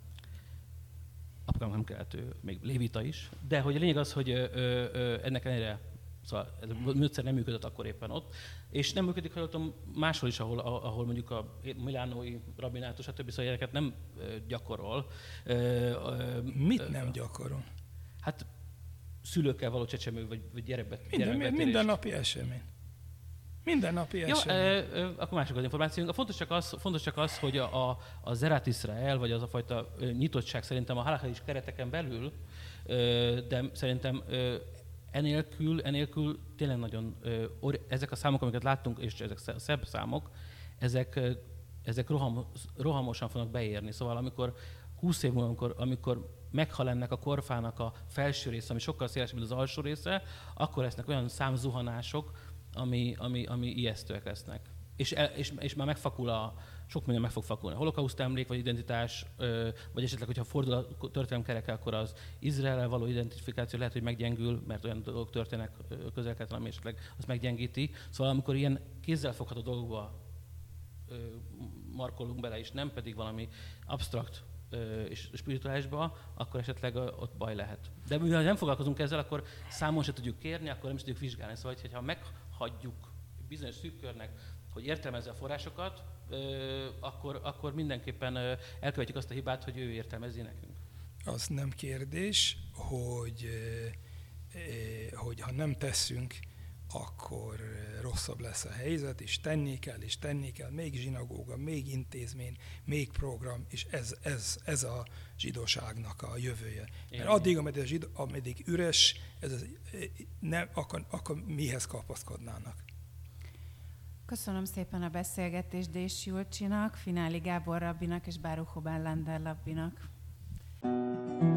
Apukám nem kellett, ő még lévita is. De hogy a lényeg az, hogy ö, ö, ennek ellenére, szóval ez a módszer nem működött akkor éppen ott, és nem működik, hallottam máshol is, ahol, ahol mondjuk a milánói rabinátus, stb. Szóval ilyeneket nem gyakorol. Mit nem gyakorol? Hát szülőkkel való csecsemő, vagy, vagy gyerekbet, Minden, mindennapi esemény. Mindennapi Jó, esemény. e, e, akkor mások az információink. A fontos csak az, fontos csak az hogy a, a, a Zerat Israel, vagy az a fajta e, nyitottság szerintem a halakhais kereteken belül, e, de szerintem e, enélkül, enélkül tényleg nagyon, e, or, ezek a számok, amiket láttunk, és ezek szebb számok, ezek, e, ezek roham, rohamosan fognak beérni. Szóval amikor húsz év múlva, amikor, amikor meghal ennek a korfának a felső része, ami sokkal szélesebb, mint az alsó része, akkor lesznek olyan számzuhanások, ami, ami, ami ijesztőek lesznek. És, el, és, és már megfakul a, sok minden meg fog fakulni. A holokauszt emlék, vagy identitás, vagy esetleg, hogyha fordul a történelem kereke, akkor az Izraellel való identifikáció lehet, hogy meggyengül, mert olyan dolgok történnek közel-keleten, ami esetleg azt meggyengíti. Szóval amikor ilyen kézzelfogható dolgokba markolunk bele, és nem pedig valami absztrakt és spirituálisba, akkor esetleg ott baj lehet. De mivel nem foglalkozunk ezzel, akkor számon se tudjuk kérni, akkor nem is tudjuk vizsgálni. Szóval, hogyha meghagyjuk bizonyos szűk körnek, hogy értelmezze a forrásokat, akkor, akkor mindenképpen elkövetjük azt a hibát, hogy ő értelmezi nekünk. Az nem kérdés, hogy, hogy ha nem teszünk, akkor rosszabb lesz a helyzet, és tenni kell, és tenni kell, még zsinagóga, még intézmény, még program, és ez, ez, ez a zsidóságnak a jövője. Mert addig, ameddig, a zsidó, ameddig üres, ez az, nem, akkor, akkor mihez kapaszkodnának? Köszönöm szépen a beszélgetést Dési Julcsinak, Fináli Gábor rabbinak és Baruch Hobán Lander rabbinak.